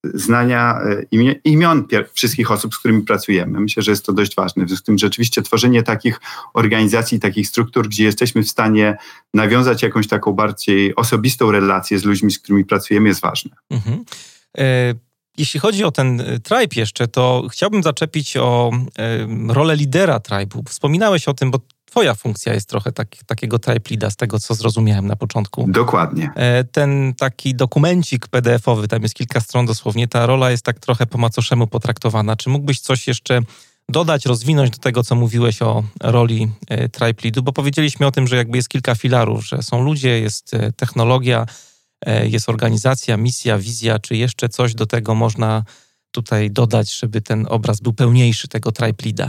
Speaker 2: znania imie, imion pier- wszystkich osób, z którymi pracujemy. Myślę, że jest to dość ważne. W związku z tym rzeczywiście tworzenie takich organizacji, takich struktur, gdzie jesteśmy w stanie nawiązać jakąś taką bardziej osobistą relację z ludźmi, z którymi pracujemy, jest ważne. Mhm.
Speaker 1: E- Jeśli chodzi o ten tribe jeszcze, to chciałbym zaczepić o e, rolę lidera tribe'u. Wspominałeś o tym, bo twoja funkcja jest trochę tak, takiego tribe leada, z tego co zrozumiałem na początku.
Speaker 2: Dokładnie.
Speaker 1: E, ten taki dokumencik P D F-owy, tam jest kilka stron dosłownie, ta rola jest tak trochę po macoszemu potraktowana. Czy mógłbyś coś jeszcze dodać, rozwinąć do tego, co mówiłeś o roli e, tribe leadu? Bo powiedzieliśmy o tym, że jakby jest kilka filarów, że są ludzie, jest e, technologia, jest organizacja, misja, wizja, czy jeszcze coś do tego można tutaj dodać, żeby ten obraz był pełniejszy tego tribe leada?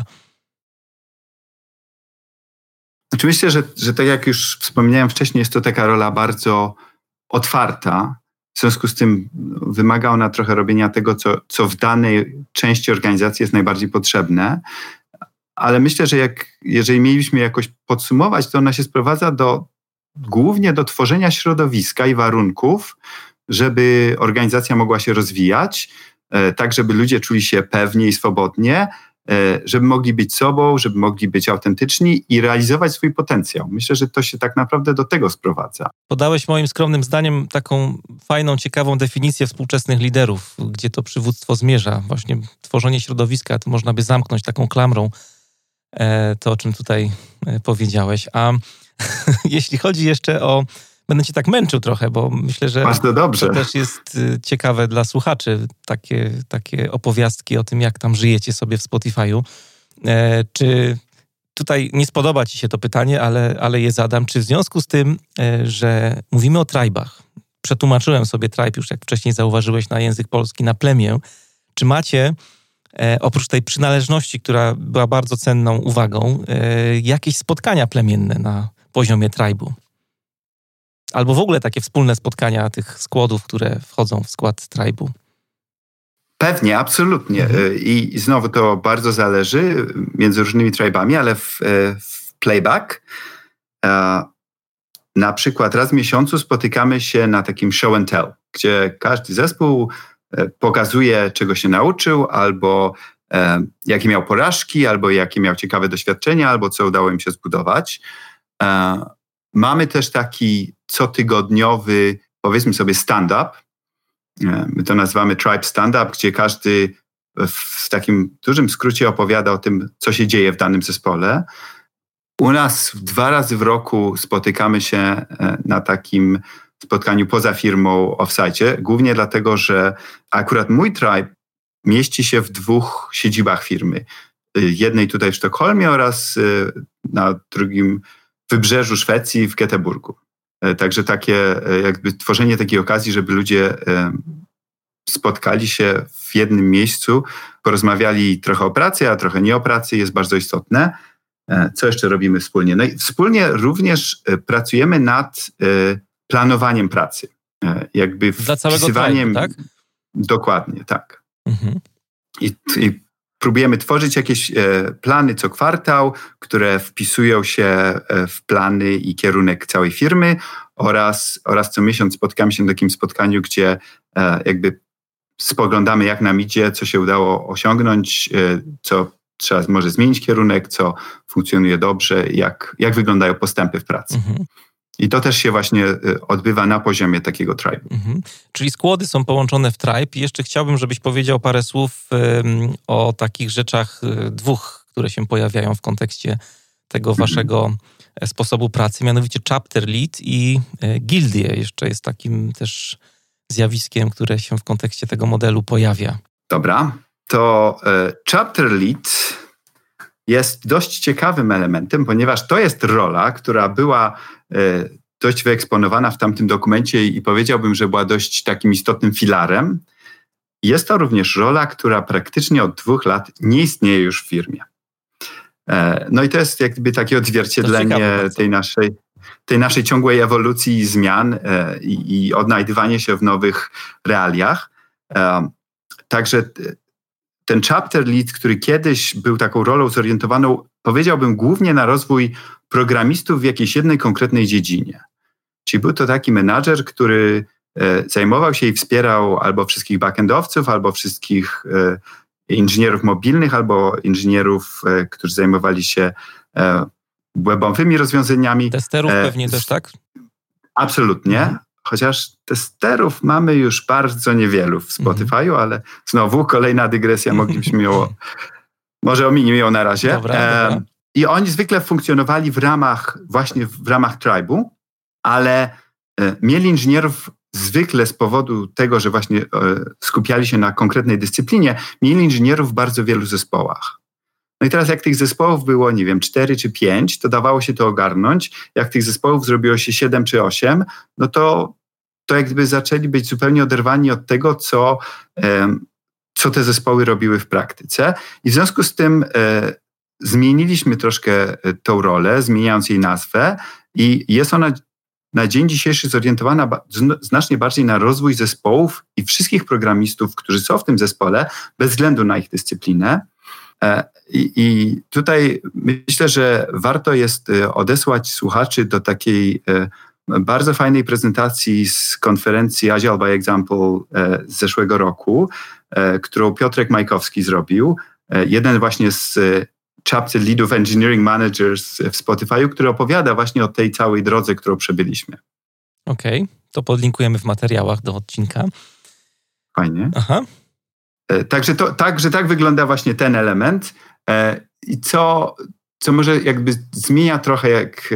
Speaker 2: Oczywiście, że, że tak jak już wspomniałem wcześniej, jest to taka rola bardzo otwarta. W związku z tym wymaga ona trochę robienia tego, co, co w danej części organizacji jest najbardziej potrzebne. Ale myślę, że jak, jeżeli mielibyśmy jakoś podsumować, to ona się sprowadza do głównie do tworzenia środowiska i warunków, żeby organizacja mogła się rozwijać, tak żeby ludzie czuli się pewnie i swobodnie, żeby mogli być sobą, żeby mogli być autentyczni i realizować swój potencjał. Myślę, że to się tak naprawdę do tego sprowadza.
Speaker 1: Podałeś moim skromnym zdaniem taką fajną, ciekawą definicję współczesnych liderów, gdzie to przywództwo zmierza. Właśnie tworzenie środowiska, to można by zamknąć taką klamrą to, o czym tutaj powiedziałeś. A jeśli chodzi jeszcze o... Będę cię tak męczył trochę, bo myślę, że
Speaker 2: Bardzo dobrze.
Speaker 1: To też jest ciekawe dla słuchaczy, takie, takie opowiastki o tym, jak tam żyjecie sobie w Spotify'u. E, czy tutaj nie spodoba ci się to pytanie, ale, ale je zadam. Czy w związku z tym, e, że mówimy o tribach, przetłumaczyłem sobie tribe już, jak wcześniej zauważyłeś, na język polski, na plemię, czy macie e, oprócz tej przynależności, która była bardzo cenną uwagą, e, jakieś spotkania plemienne na poziomie tribe'u? Albo w ogóle takie wspólne spotkania tych składów, które wchodzą w skład tribe'u?
Speaker 2: Pewnie, absolutnie. Mhm. I, I znowu to bardzo zależy między różnymi tribami, ale w, w Playback e, na przykład raz w miesiącu spotykamy się na takim show and tell, gdzie każdy zespół pokazuje, czego się nauczył, albo e, jakie miał porażki, albo jakie miał ciekawe doświadczenia, albo co udało im się zbudować. E, Mamy też taki cotygodniowy, powiedzmy sobie, stand-up. My to nazywamy Tribe Stand-up, gdzie każdy w takim dużym skrócie opowiada o tym, co się dzieje w danym zespole. U nas dwa razy w roku spotykamy się na takim spotkaniu poza firmą off-site, głównie dlatego, że akurat mój tribe mieści się w dwóch siedzibach firmy. Jednej tutaj w Sztokholmie oraz na drugim wybrzeżu Szwecji, w Göteborgu. Także takie jakby tworzenie takiej okazji, żeby ludzie spotkali się w jednym miejscu, porozmawiali trochę o pracy, a trochę nie o pracy, jest bardzo istotne. Co jeszcze robimy wspólnie? No i wspólnie również pracujemy nad planowaniem pracy. Jakby
Speaker 1: dla całego tribe, tak?
Speaker 2: Dokładnie, tak. Mhm. I, i Próbujemy tworzyć jakieś plany co kwartał, które wpisują się w plany i kierunek całej firmy oraz, oraz co miesiąc spotykamy się na takim spotkaniu, gdzie jakby spoglądamy, jak nam idzie, co się udało osiągnąć, co trzeba może zmienić kierunek, co funkcjonuje dobrze, jak, jak wyglądają postępy w pracy. Mhm. I to też się właśnie odbywa na poziomie takiego tribe'u. Mhm.
Speaker 1: Czyli składy są połączone w tribe. I jeszcze chciałbym, żebyś powiedział parę słów um, o takich rzeczach dwóch, które się pojawiają w kontekście tego mhm. waszego sposobu pracy, mianowicie chapter lead i e, gildie. Jeszcze jest takim też zjawiskiem, które się w kontekście tego modelu pojawia.
Speaker 2: Dobra, to e, chapter lead jest dość ciekawym elementem, ponieważ to jest rola, która była e, dość wyeksponowana w tamtym dokumencie i powiedziałbym, że była dość takim istotnym filarem. Jest to również rola, która praktycznie od dwóch lat nie istnieje już w firmie. E, no i to jest jakby takie odzwierciedlenie tej naszej, tej naszej ciągłej ewolucji i zmian e, i, i odnajdywanie się w nowych realiach. E, także ten chapter lead, który kiedyś był taką rolą zorientowaną, powiedziałbym, głównie na rozwój programistów w jakiejś jednej konkretnej dziedzinie. Czyli był to taki menadżer, który zajmował się i wspierał albo wszystkich backendowców, albo wszystkich inżynierów mobilnych, albo inżynierów, którzy zajmowali się webowymi rozwiązaniami.
Speaker 1: Testerów pewnie
Speaker 2: z...
Speaker 1: też, tak?
Speaker 2: Absolutnie. Mhm. Chociaż testerów mamy już bardzo niewielu w Spotify'u, mhm. ale znowu kolejna dygresja, moglibyśmy ją, może ominimy ją na razie.
Speaker 1: Dobra, e, dobra.
Speaker 2: I oni zwykle funkcjonowali w ramach, właśnie w ramach Tribe'u, ale e, mieli inżynierów zwykle z powodu tego, że właśnie e, skupiali się na konkretnej dyscyplinie, mieli inżynierów w bardzo wielu zespołach. No i teraz jak tych zespołów było, nie wiem, cztery czy pięć, to dawało się to ogarnąć. Jak tych zespołów zrobiło się siedem czy osiem, no to, to jakby zaczęli być zupełnie oderwani od tego, co, e, co te zespoły robiły w praktyce. I w związku z tym e, zmieniliśmy troszkę tą rolę, zmieniając jej nazwę i jest ona na dzień dzisiejszy zorientowana znacznie bardziej na rozwój zespołów i wszystkich programistów, którzy są w tym zespole, bez względu na ich dyscyplinę. I, i tutaj myślę, że warto jest odesłać słuchaczy do takiej bardzo fajnej prezentacji z konferencji Agile by Example z zeszłego roku, którą Piotrek Majkowski zrobił. Jeden właśnie z Chapter Lead of Engineering Managers w Spotify'u, który opowiada właśnie o tej całej drodze, którą przebyliśmy.
Speaker 1: Okej, okay, to podlinkujemy w materiałach do odcinka.
Speaker 2: Fajnie.
Speaker 1: Aha.
Speaker 2: Także, to, także tak wygląda właśnie ten element i co, co może jakby zmienia trochę jak...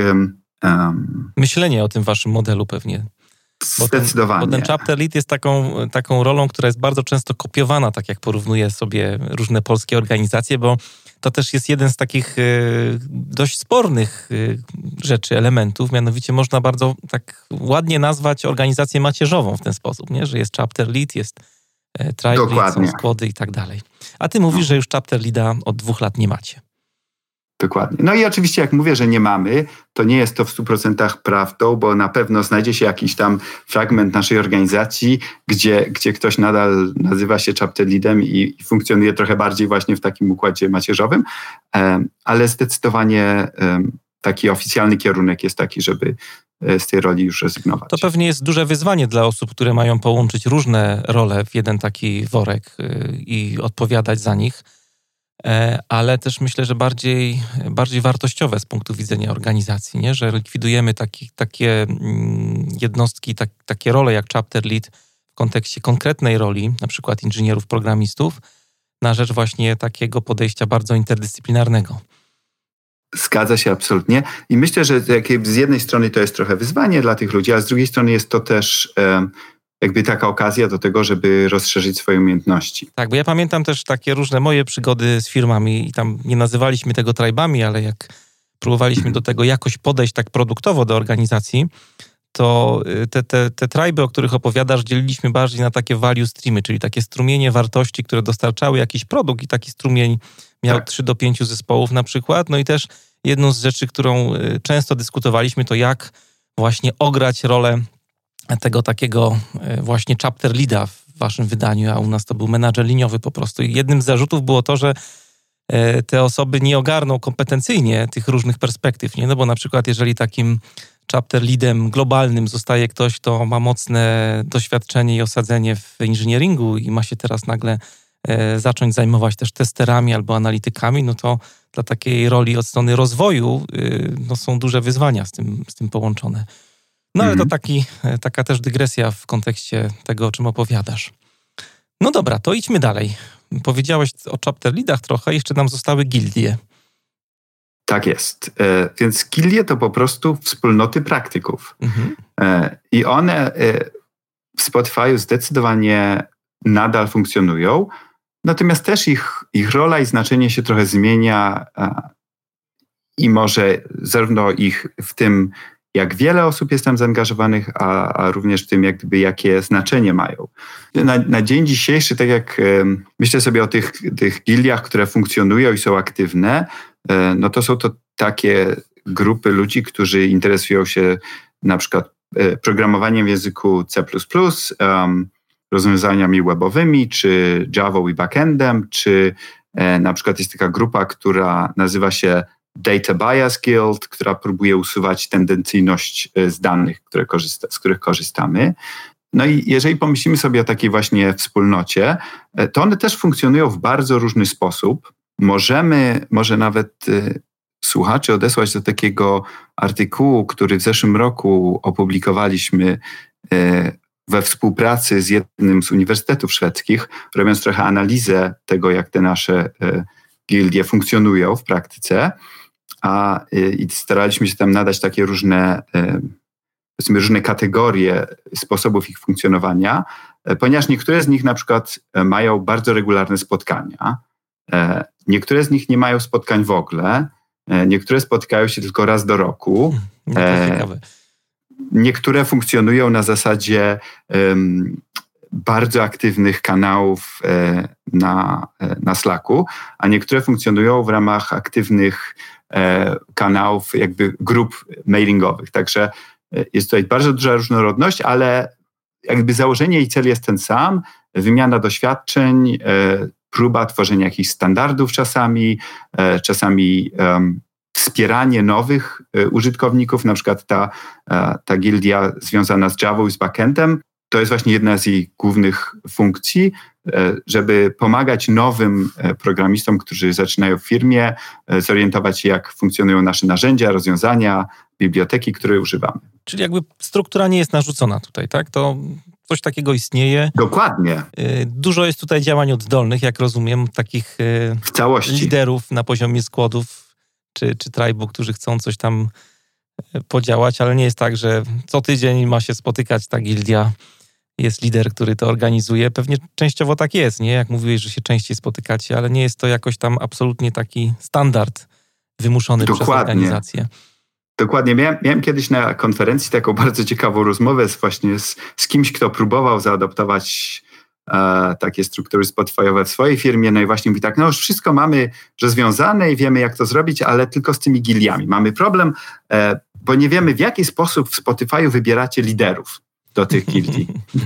Speaker 2: Um,
Speaker 1: myślenie o tym waszym modelu pewnie. Bo
Speaker 2: zdecydowanie.
Speaker 1: Ten, bo ten chapter lead jest taką, taką rolą, która jest bardzo często kopiowana, tak jak porównuję sobie różne polskie organizacje, bo to też jest jeden z takich y, dość spornych y, rzeczy, elementów. Mianowicie można bardzo tak ładnie nazwać organizację macierzową w ten sposób, nie? Że jest chapter lead, jest y, tribe lead, są składy i tak dalej. A ty mówisz, no. że już chapter leada od dwóch lat nie macie.
Speaker 2: Dokładnie. No i oczywiście jak mówię, że nie mamy, to nie jest to w stu procentach prawdą, bo na pewno znajdzie się jakiś tam fragment naszej organizacji, gdzie, gdzie ktoś nadal nazywa się chapter leadem i, i funkcjonuje trochę bardziej właśnie w takim układzie macierzowym, um, ale zdecydowanie um, taki oficjalny kierunek jest taki, żeby z tej roli już rezygnować.
Speaker 1: To pewnie jest duże wyzwanie dla osób, które mają połączyć różne role w jeden taki worek yy, i odpowiadać za nich. Ale też myślę, że bardziej, bardziej wartościowe z punktu widzenia organizacji, nie? Że likwidujemy taki, takie jednostki, tak, takie role jak chapter lead w kontekście konkretnej roli, na przykład inżynierów, programistów, na rzecz właśnie takiego podejścia bardzo interdyscyplinarnego.
Speaker 2: Zgadza się absolutnie i myślę, że z jednej strony to jest trochę wyzwanie dla tych ludzi, a z drugiej strony jest to też jakby taka okazja do tego, żeby rozszerzyć swoje umiejętności.
Speaker 1: Tak, bo ja pamiętam też takie różne moje przygody z firmami i tam nie nazywaliśmy tego tribami, ale jak próbowaliśmy do tego jakoś podejść tak produktowo do organizacji, to te, te, te triby, o których opowiadasz, dzieliliśmy bardziej na takie value streamy, czyli takie strumienie wartości, które dostarczały jakiś produkt i taki strumień miał tak. trzy do pięciu zespołów na przykład. No i też jedną z rzeczy, którą często dyskutowaliśmy, to jak właśnie ograć rolę tego takiego właśnie chapter leada w waszym wydaniu, a u nas to był menadżer liniowy po prostu. I jednym z zarzutów było to, że te osoby nie ogarną kompetencyjnie tych różnych perspektyw, nie? No bo na przykład jeżeli takim chapter leadem globalnym zostaje ktoś, kto ma mocne doświadczenie i osadzenie w inżynieringu i ma się teraz nagle zacząć zajmować też testerami albo analitykami, no to dla takiej roli od strony rozwoju no są duże wyzwania z tym, z tym połączone. No ale to taki, taka też dygresja w kontekście tego, o czym opowiadasz. No dobra, to idźmy dalej. Powiedziałeś o chapter leadach trochę, jeszcze nam zostały gildie.
Speaker 2: Tak jest. E, więc gildie to po prostu wspólnoty praktyków. Mhm. E, I one e, w Spotify'u zdecydowanie nadal funkcjonują, natomiast też ich, ich rola i znaczenie się trochę zmienia a, i może zarówno ich w tym, jak wiele osób jest tam zaangażowanych, a, a również w tym, jak gdyby, jakie znaczenie mają. Na, na dzień dzisiejszy, tak jak e, myślę sobie o tych, tych gildiach, które funkcjonują i są aktywne, e, no to są to takie grupy ludzi, którzy interesują się na przykład e, programowaniem w języku C plus plus, um, rozwiązaniami webowymi, czy Javą i backendem, czy e, na przykład jest taka grupa, która nazywa się Data Bias Guild, która próbuje usuwać tendencyjność z danych, które korzysta, z których korzystamy. No i jeżeli pomyślimy sobie o takiej właśnie wspólnocie, to one też funkcjonują w bardzo różny sposób. Możemy, może nawet słuchaczy odesłać do takiego artykułu, który w zeszłym roku opublikowaliśmy we współpracy z jednym z uniwersytetów szwedzkich, robiąc trochę analizę tego, jak te nasze gildie funkcjonują w praktyce, a i staraliśmy się tam nadać takie różne, powiedzmy, różne kategorie sposobów ich funkcjonowania, ponieważ niektóre z nich na przykład mają bardzo regularne spotkania, niektóre z nich nie mają spotkań w ogóle, niektóre spotykają się tylko raz do roku.
Speaker 1: No to ciekawe.
Speaker 2: Niektóre funkcjonują na zasadzie um, bardzo aktywnych kanałów e, na, e, na Slacku, a niektóre funkcjonują w ramach aktywnych e, kanałów, jakby grup mailingowych. Także e, jest tutaj bardzo duża różnorodność, ale jakby założenie i cel jest ten sam. Wymiana doświadczeń, e, próba tworzenia jakichś standardów czasami, e, czasami um, wspieranie nowych użytkowników, na przykład ta, ta gildia związana z Javą i z backendem, to jest właśnie jedna z jej głównych funkcji, żeby pomagać nowym programistom, którzy zaczynają w firmie, zorientować się, jak funkcjonują nasze narzędzia, rozwiązania, biblioteki, które używamy.
Speaker 1: Czyli jakby struktura nie jest narzucona tutaj, tak? To coś takiego istnieje.
Speaker 2: Dokładnie.
Speaker 1: Dużo jest tutaj działań oddolnych, jak rozumiem, takich
Speaker 2: w całości
Speaker 1: liderów na poziomie składów, czy, czy tribu, którzy chcą coś tam podziałać, ale nie jest tak, że co tydzień ma się spotykać ta gildia, jest lider, który to organizuje. Pewnie częściowo tak jest, nie? Jak mówiłeś, że się częściej spotykacie, ale nie jest to jakoś tam absolutnie taki standard wymuszony
Speaker 2: Dokładnie.
Speaker 1: przez organizację.
Speaker 2: Dokładnie. Miałem, miałem kiedyś na konferencji taką bardzo ciekawą rozmowę z właśnie z, z kimś, kto próbował zaadoptować e, takie struktury Spotify'owe w swojej firmie. No i właśnie mówi tak, no już wszystko mamy rozwiązane i wiemy, jak to zrobić, ale tylko z tymi gildiami. Mamy problem, e, bo nie wiemy, w jaki sposób w Spotify'u wybieracie liderów do tych gildii.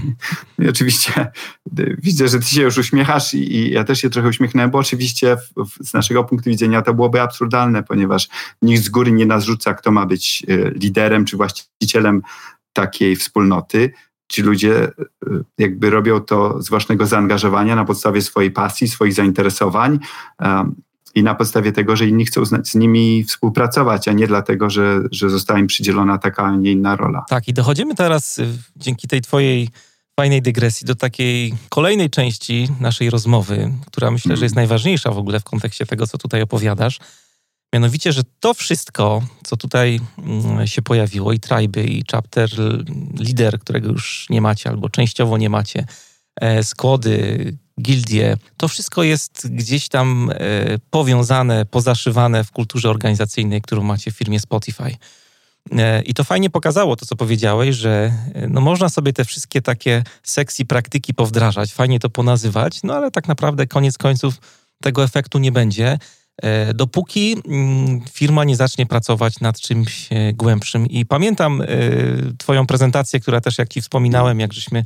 Speaker 2: I oczywiście widzę, że ty się już uśmiechasz i, i ja też się trochę uśmiechnąłem, bo oczywiście w, w, z naszego punktu widzenia to byłoby absurdalne, ponieważ nikt z góry nie narzuca, kto ma być liderem czy właścicielem takiej wspólnoty. Ci ludzie jakby robią to z własnego zaangażowania na podstawie swojej pasji, swoich zainteresowań um, i na podstawie tego, że inni chcą z, z nimi współpracować, a nie dlatego, że, że została im przydzielona taka, a nie inna rola.
Speaker 1: Tak, i dochodzimy teraz dzięki tej twojej fajnej dygresji do takiej kolejnej części naszej rozmowy, która myślę, mm. że jest najważniejsza w ogóle w kontekście tego, co tutaj opowiadasz. Mianowicie, że to wszystko, co tutaj się pojawiło, i triby, i chapter leader, którego już nie macie, albo częściowo nie macie, składy, gildie, to wszystko jest gdzieś tam powiązane, pozaszywane w kulturze organizacyjnej, którą macie w firmie Spotify. I to fajnie pokazało to, co powiedziałeś, że no można sobie te wszystkie takie sexy praktyki powdrażać, fajnie to ponazywać, no ale tak naprawdę koniec końców tego efektu nie będzie, dopóki firma nie zacznie pracować nad czymś głębszym. I pamiętam twoją prezentację, która też, jak ci wspominałem, jak żeśmy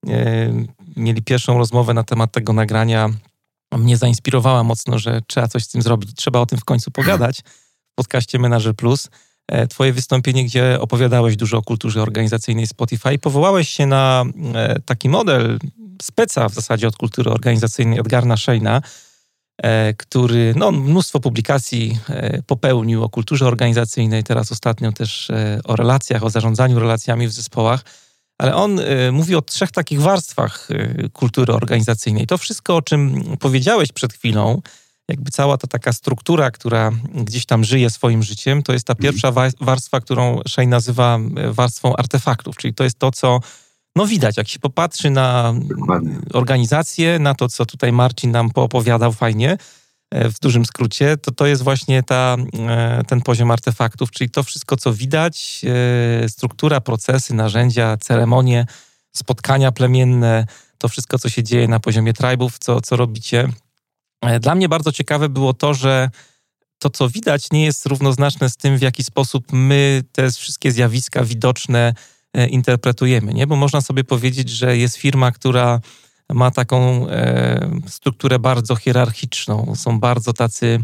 Speaker 1: mieli pierwszą rozmowę na temat tego nagrania, mnie zainspirowała mocno, że trzeba coś z tym zrobić. Trzeba o tym w końcu pogadać w podcaście Manager Plus. Twoje wystąpienie, gdzie opowiadałeś dużo o kulturze organizacyjnej Spotify, powołałeś się na taki model speca w zasadzie od kultury organizacyjnej Edgarna Scheina, który no, mnóstwo publikacji popełnił o kulturze organizacyjnej, teraz ostatnio też o relacjach, o zarządzaniu relacjami w zespołach, ale on mówi o trzech takich warstwach kultury organizacyjnej. To wszystko, o czym powiedziałeś przed chwilą, jakby cała ta taka struktura, która gdzieś tam żyje swoim życiem, to jest ta pierwsza warstwa, którą Schein nazywa warstwą artefaktów, czyli to jest to, co no widać, jak się popatrzy na Dokładnie. organizację, na to, co tutaj Marcin nam poopowiadał fajnie, w dużym skrócie, to to jest właśnie ta, ten poziom artefaktów, czyli to wszystko, co widać, struktura, procesy, narzędzia, ceremonie, spotkania plemienne, to wszystko, co się dzieje na poziomie tribów, co, co robicie. Dla mnie bardzo ciekawe było to, że to, co widać, nie jest równoznaczne z tym, w jaki sposób my te wszystkie zjawiska widoczne interpretujemy, nie? Bo można sobie powiedzieć, że jest firma, która ma taką e, strukturę bardzo hierarchiczną. Są bardzo tacy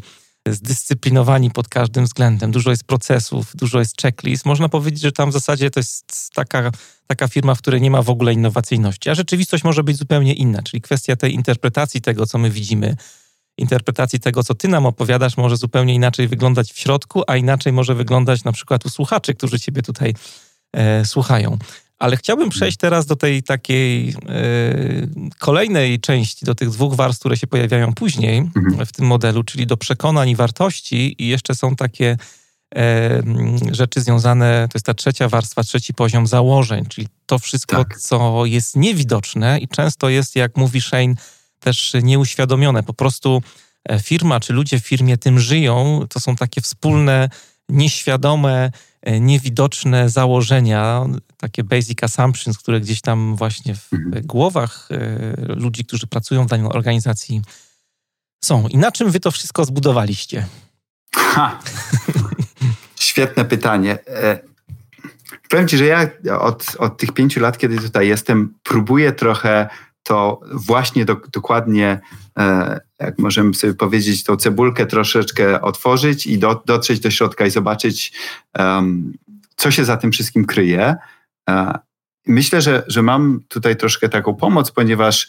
Speaker 1: zdyscyplinowani pod każdym względem. Dużo jest procesów, dużo jest checklist. Można powiedzieć, że tam w zasadzie to jest taka, taka firma, w której nie ma w ogóle innowacyjności. A rzeczywistość może być zupełnie inna, czyli kwestia tej interpretacji tego, co my widzimy, interpretacji tego, co ty nam opowiadasz, może zupełnie inaczej wyglądać w środku, a inaczej może wyglądać na przykład u słuchaczy, którzy ciebie tutaj e, słuchają. Ale chciałbym przejść teraz do tej takiej e, kolejnej części, do tych dwóch warstw, które się pojawiają później mhm. w tym modelu, czyli do przekonań i wartości i jeszcze są takie e, rzeczy związane, to jest ta trzecia warstwa, trzeci poziom założeń, czyli to wszystko, tak. co jest niewidoczne i często jest, jak mówi Shane, też nieuświadomione. Po prostu firma czy ludzie w firmie tym żyją. To są takie wspólne, nieświadome, niewidoczne założenia, takie basic assumptions, które gdzieś tam właśnie w mhm. głowach ludzi, którzy pracują w danej organizacji są. I na czym wy to wszystko zbudowaliście?
Speaker 2: Ha. Świetne pytanie. Powiem ci, że ja od, od tych pięciu lat, kiedy tutaj jestem, próbuję trochę to właśnie do, dokładnie, e, jak możemy sobie powiedzieć, tą cebulkę troszeczkę otworzyć i do, dotrzeć do środka i zobaczyć, um, co się za tym wszystkim kryje. E, myślę, że, że mam tutaj troszkę taką pomoc, ponieważ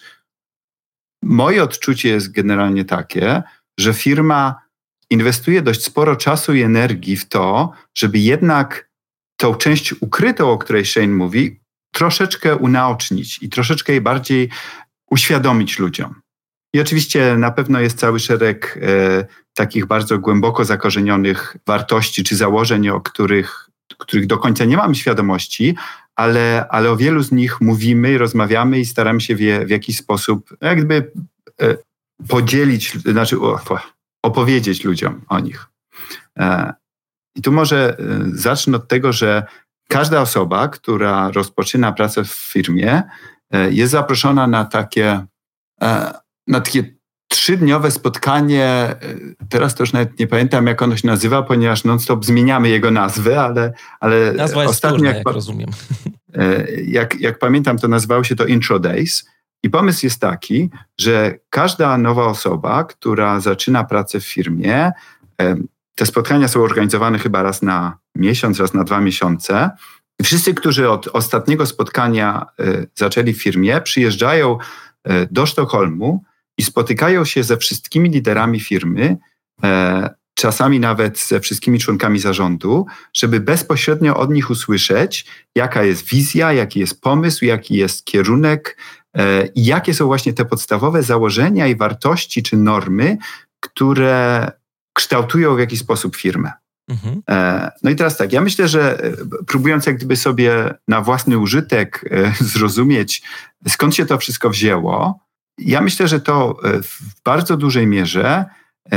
Speaker 2: moje odczucie jest generalnie takie, że firma inwestuje dość sporo czasu i energii w to, żeby jednak tą część ukrytą, o której Shane mówi, troszeczkę unaocznić i troszeczkę jej bardziej uświadomić ludziom. I oczywiście na pewno jest cały szereg e, takich bardzo głęboko zakorzenionych wartości czy założeń, o których, których do końca nie mamy świadomości, ale, ale o wielu z nich mówimy, rozmawiamy i staramy się w, je, w jakiś sposób jakby e, podzielić, znaczy o, opowiedzieć ludziom o nich. E, I tu może e, zacznę od tego, że każda osoba, która rozpoczyna pracę w firmie, jest zaproszona na takie, na takie trzydniowe spotkanie. Teraz to już nawet nie pamiętam, jak ono się nazywa, ponieważ non-stop zmieniamy jego nazwy, ale, ale
Speaker 1: nazwa jest
Speaker 2: ostatnio,
Speaker 1: trudna,
Speaker 2: jak,
Speaker 1: jak rozumiem.
Speaker 2: Jak, jak pamiętam, to nazywało się to Intro Days. I pomysł jest taki, że każda nowa osoba, która zaczyna pracę w firmie, te spotkania są organizowane chyba raz na miesiąc, raz na dwa miesiące. Wszyscy, którzy od ostatniego spotkania y, zaczęli w firmie, przyjeżdżają y, do Sztokholmu i spotykają się ze wszystkimi liderami firmy, y, czasami nawet ze wszystkimi członkami zarządu, żeby bezpośrednio od nich usłyszeć, jaka jest wizja, jaki jest pomysł, jaki jest kierunek y, i jakie są właśnie te podstawowe założenia i wartości czy normy, które kształtują w jakiś sposób firmę. Mhm. No i teraz tak, ja myślę, że próbując jak gdyby sobie na własny użytek zrozumieć, skąd się to wszystko wzięło, ja myślę, że to w bardzo dużej mierze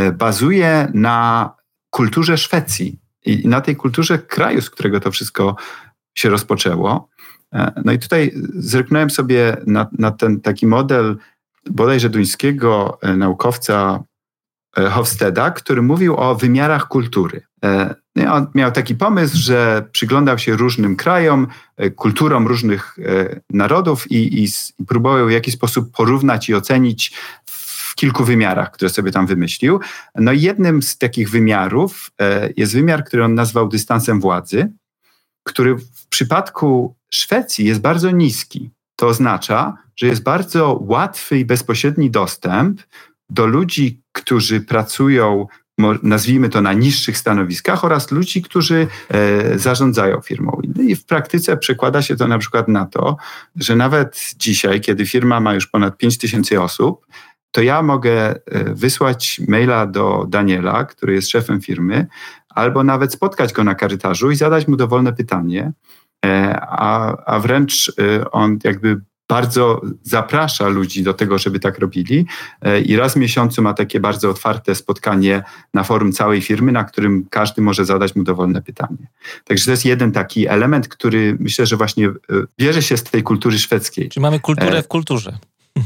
Speaker 2: bazuje na kulturze Szwecji i na tej kulturze kraju, z którego to wszystko się rozpoczęło. No i tutaj zerknąłem sobie na, na ten taki model bodajże duńskiego naukowca Hofsteda, który mówił o wymiarach kultury. On miał taki pomysł, że przyglądał się różnym krajom, kulturom różnych narodów i, i, i próbował w jakiś sposób porównać i ocenić w kilku wymiarach, które sobie tam wymyślił. No i jednym z takich wymiarów jest wymiar, który on nazwał dystansem władzy, który w przypadku Szwecji jest bardzo niski. To oznacza, że jest bardzo łatwy i bezpośredni dostęp do ludzi, którzy pracują, nazwijmy to, na niższych stanowiskach oraz ludzi, którzy e, zarządzają firmą. I w praktyce przekłada się to na przykład na to, że nawet dzisiaj, kiedy firma ma już ponad pięć tysięcy osób, to ja mogę wysłać maila do Daniela, który jest szefem firmy, albo nawet spotkać go na korytarzu i zadać mu dowolne pytanie, e, a, a wręcz e, on jakby bardzo zaprasza ludzi do tego, żeby tak robili i raz w miesiącu ma takie bardzo otwarte spotkanie na forum całej firmy, na którym każdy może zadać mu dowolne pytanie. Także to jest jeden taki element, który myślę, że właśnie bierze się z tej kultury szwedzkiej.
Speaker 1: Czyli mamy kulturę w kulturze.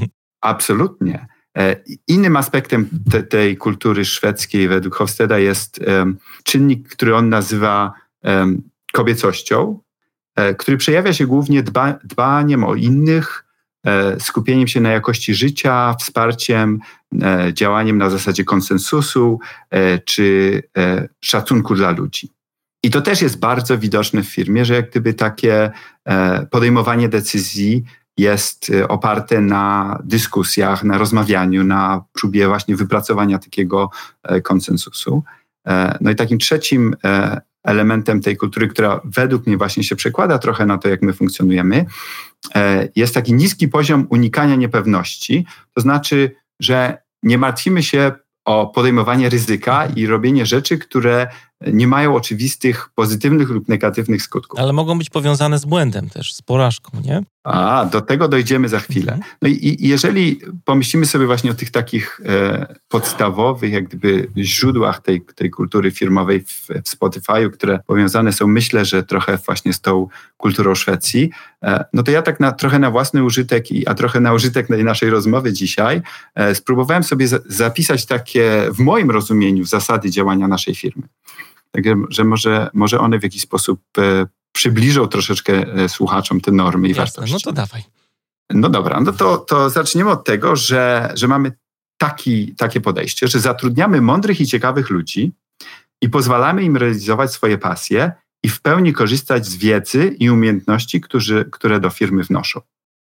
Speaker 2: Absolutnie. Innym aspektem te, tej kultury szwedzkiej według Hofsteda jest um, czynnik, który on nazywa um, kobiecością, który przejawia się głównie dba, dbaniem o innych, skupieniem się na jakości życia, wsparciem e, działaniem na zasadzie konsensusu e, czy e, szacunku dla ludzi. I to też jest bardzo widoczne w firmie, że jak gdyby takie e, podejmowanie decyzji jest oparte na dyskusjach, na rozmawianiu, na próbie właśnie wypracowania takiego e, konsensusu. E, no i takim trzecim e, elementem tej kultury, która według mnie właśnie się przekłada trochę na to, jak my funkcjonujemy, jest taki niski poziom unikania niepewności. To znaczy, że nie martwimy się o podejmowanie ryzyka i robienie rzeczy, które nie mają oczywistych pozytywnych lub negatywnych skutków.
Speaker 1: Ale mogą być powiązane z błędem też, z porażką, nie?
Speaker 2: A, do tego dojdziemy za chwilę. No i, i jeżeli pomyślimy sobie właśnie o tych takich e, podstawowych jak gdyby źródłach tej, tej kultury firmowej w, w Spotify'u, które powiązane są, myślę, że trochę właśnie z tą kulturą Szwecji, e, no to ja tak na, trochę na własny użytek, i, a trochę na użytek naszej rozmowy dzisiaj, e, spróbowałem sobie za, zapisać takie w moim rozumieniu zasady działania naszej firmy. Tak, że może, może one w jakiś sposób e, przybliżą troszeczkę słuchaczom te normy i
Speaker 1: Jasne,
Speaker 2: wartości.
Speaker 1: No to dawaj.
Speaker 2: No dobra, no to, to zaczniemy od tego, że, że mamy taki, takie podejście, że zatrudniamy mądrych i ciekawych ludzi i pozwalamy im realizować swoje pasje i w pełni korzystać z wiedzy i umiejętności, którzy, które do firmy wnoszą.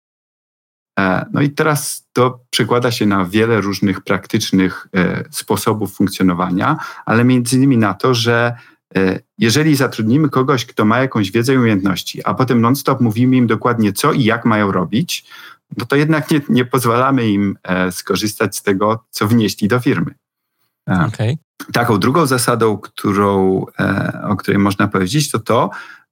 Speaker 2: No i teraz to przekłada się na wiele różnych praktycznych sposobów funkcjonowania, ale między innymi na to, że jeżeli zatrudnimy kogoś, kto ma jakąś wiedzę i umiejętności, a potem non-stop mówimy im dokładnie co i jak mają robić, no to jednak nie, nie pozwalamy im skorzystać z tego, co wnieśli do firmy.
Speaker 1: Okay.
Speaker 2: Taką drugą zasadą, którą, o której można powiedzieć, to to,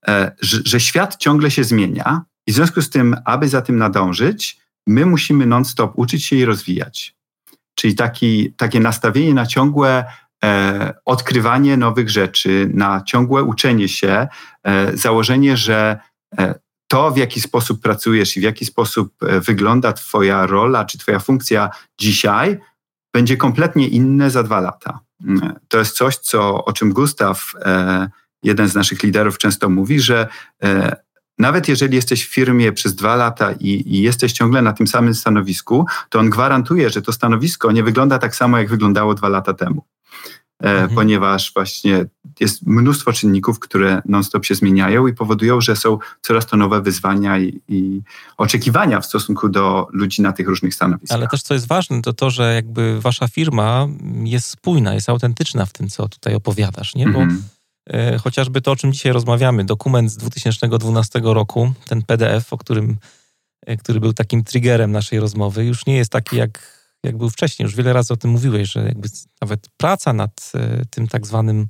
Speaker 2: że, że świat ciągle się zmienia i w związku z tym, aby za tym nadążyć, my musimy non-stop uczyć się i rozwijać. Czyli taki, takie nastawienie na ciągłe e, odkrywanie nowych rzeczy, na ciągłe uczenie się, e, założenie, że e, to, w jaki sposób pracujesz i w jaki sposób e, wygląda twoja rola czy twoja funkcja dzisiaj, będzie kompletnie inne za dwa lata. E, to jest coś, co, o czym Gustaw, e, jeden z naszych liderów, często mówi, że e, nawet jeżeli jesteś w firmie przez dwa lata i, i jesteś ciągle na tym samym stanowisku, to on gwarantuje, że to stanowisko nie wygląda tak samo, jak wyglądało dwa lata temu. E, mhm. Ponieważ właśnie jest mnóstwo czynników, które non-stop się zmieniają i powodują, że są coraz to nowe wyzwania i, i oczekiwania w stosunku do ludzi na tych różnych stanowiskach.
Speaker 1: Ale też co jest ważne, to to, że jakby wasza firma jest spójna, jest autentyczna w tym, co tutaj opowiadasz, nie? Bo mhm. chociażby to, o czym dzisiaj rozmawiamy, dokument z dwa tysiące dwunastego roku, ten P D F, o którym, który był takim triggerem naszej rozmowy, już nie jest taki, jak, jak był wcześniej. Już wiele razy o tym mówiłeś, że jakby nawet praca nad tym tak zwanym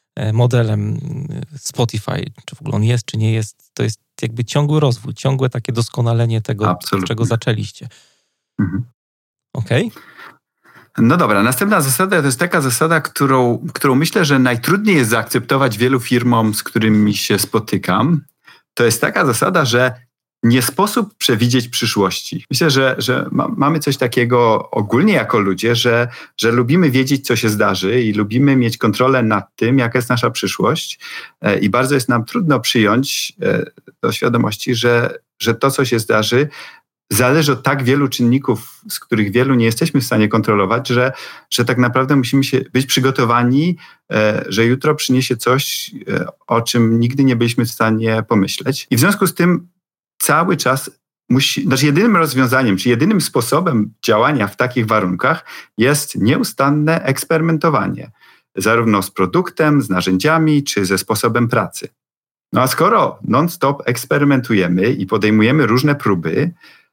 Speaker 1: modelem Spotify, czy w ogóle on jest, czy nie jest, to jest jakby ciągły rozwój, ciągłe takie doskonalenie tego, Absolutnie. Od czego zaczęliście. Mhm. Okej? Okay?
Speaker 2: No dobra, następna zasada to jest taka zasada, którą, którą myślę, że najtrudniej jest zaakceptować wielu firmom, z którymi się spotykam. To jest taka zasada, że nie sposób przewidzieć przyszłości. Myślę, że, że ma, mamy coś takiego ogólnie jako ludzie, że, że lubimy wiedzieć, co się zdarzy i lubimy mieć kontrolę nad tym, jaka jest nasza przyszłość i bardzo jest nam trudno przyjąć do świadomości, że, że to, co się zdarzy, zależy od tak wielu czynników, z których wielu nie jesteśmy w stanie kontrolować, że, że tak naprawdę musimy się być przygotowani, że jutro przyniesie coś, o czym nigdy nie byliśmy w stanie pomyśleć. I w związku z tym cały czas musi, znaczy jedynym rozwiązaniem, czy jedynym sposobem działania w takich warunkach jest nieustanne eksperymentowanie. Zarówno z produktem, z narzędziami, czy ze sposobem pracy. No a skoro non-stop eksperymentujemy i podejmujemy różne próby,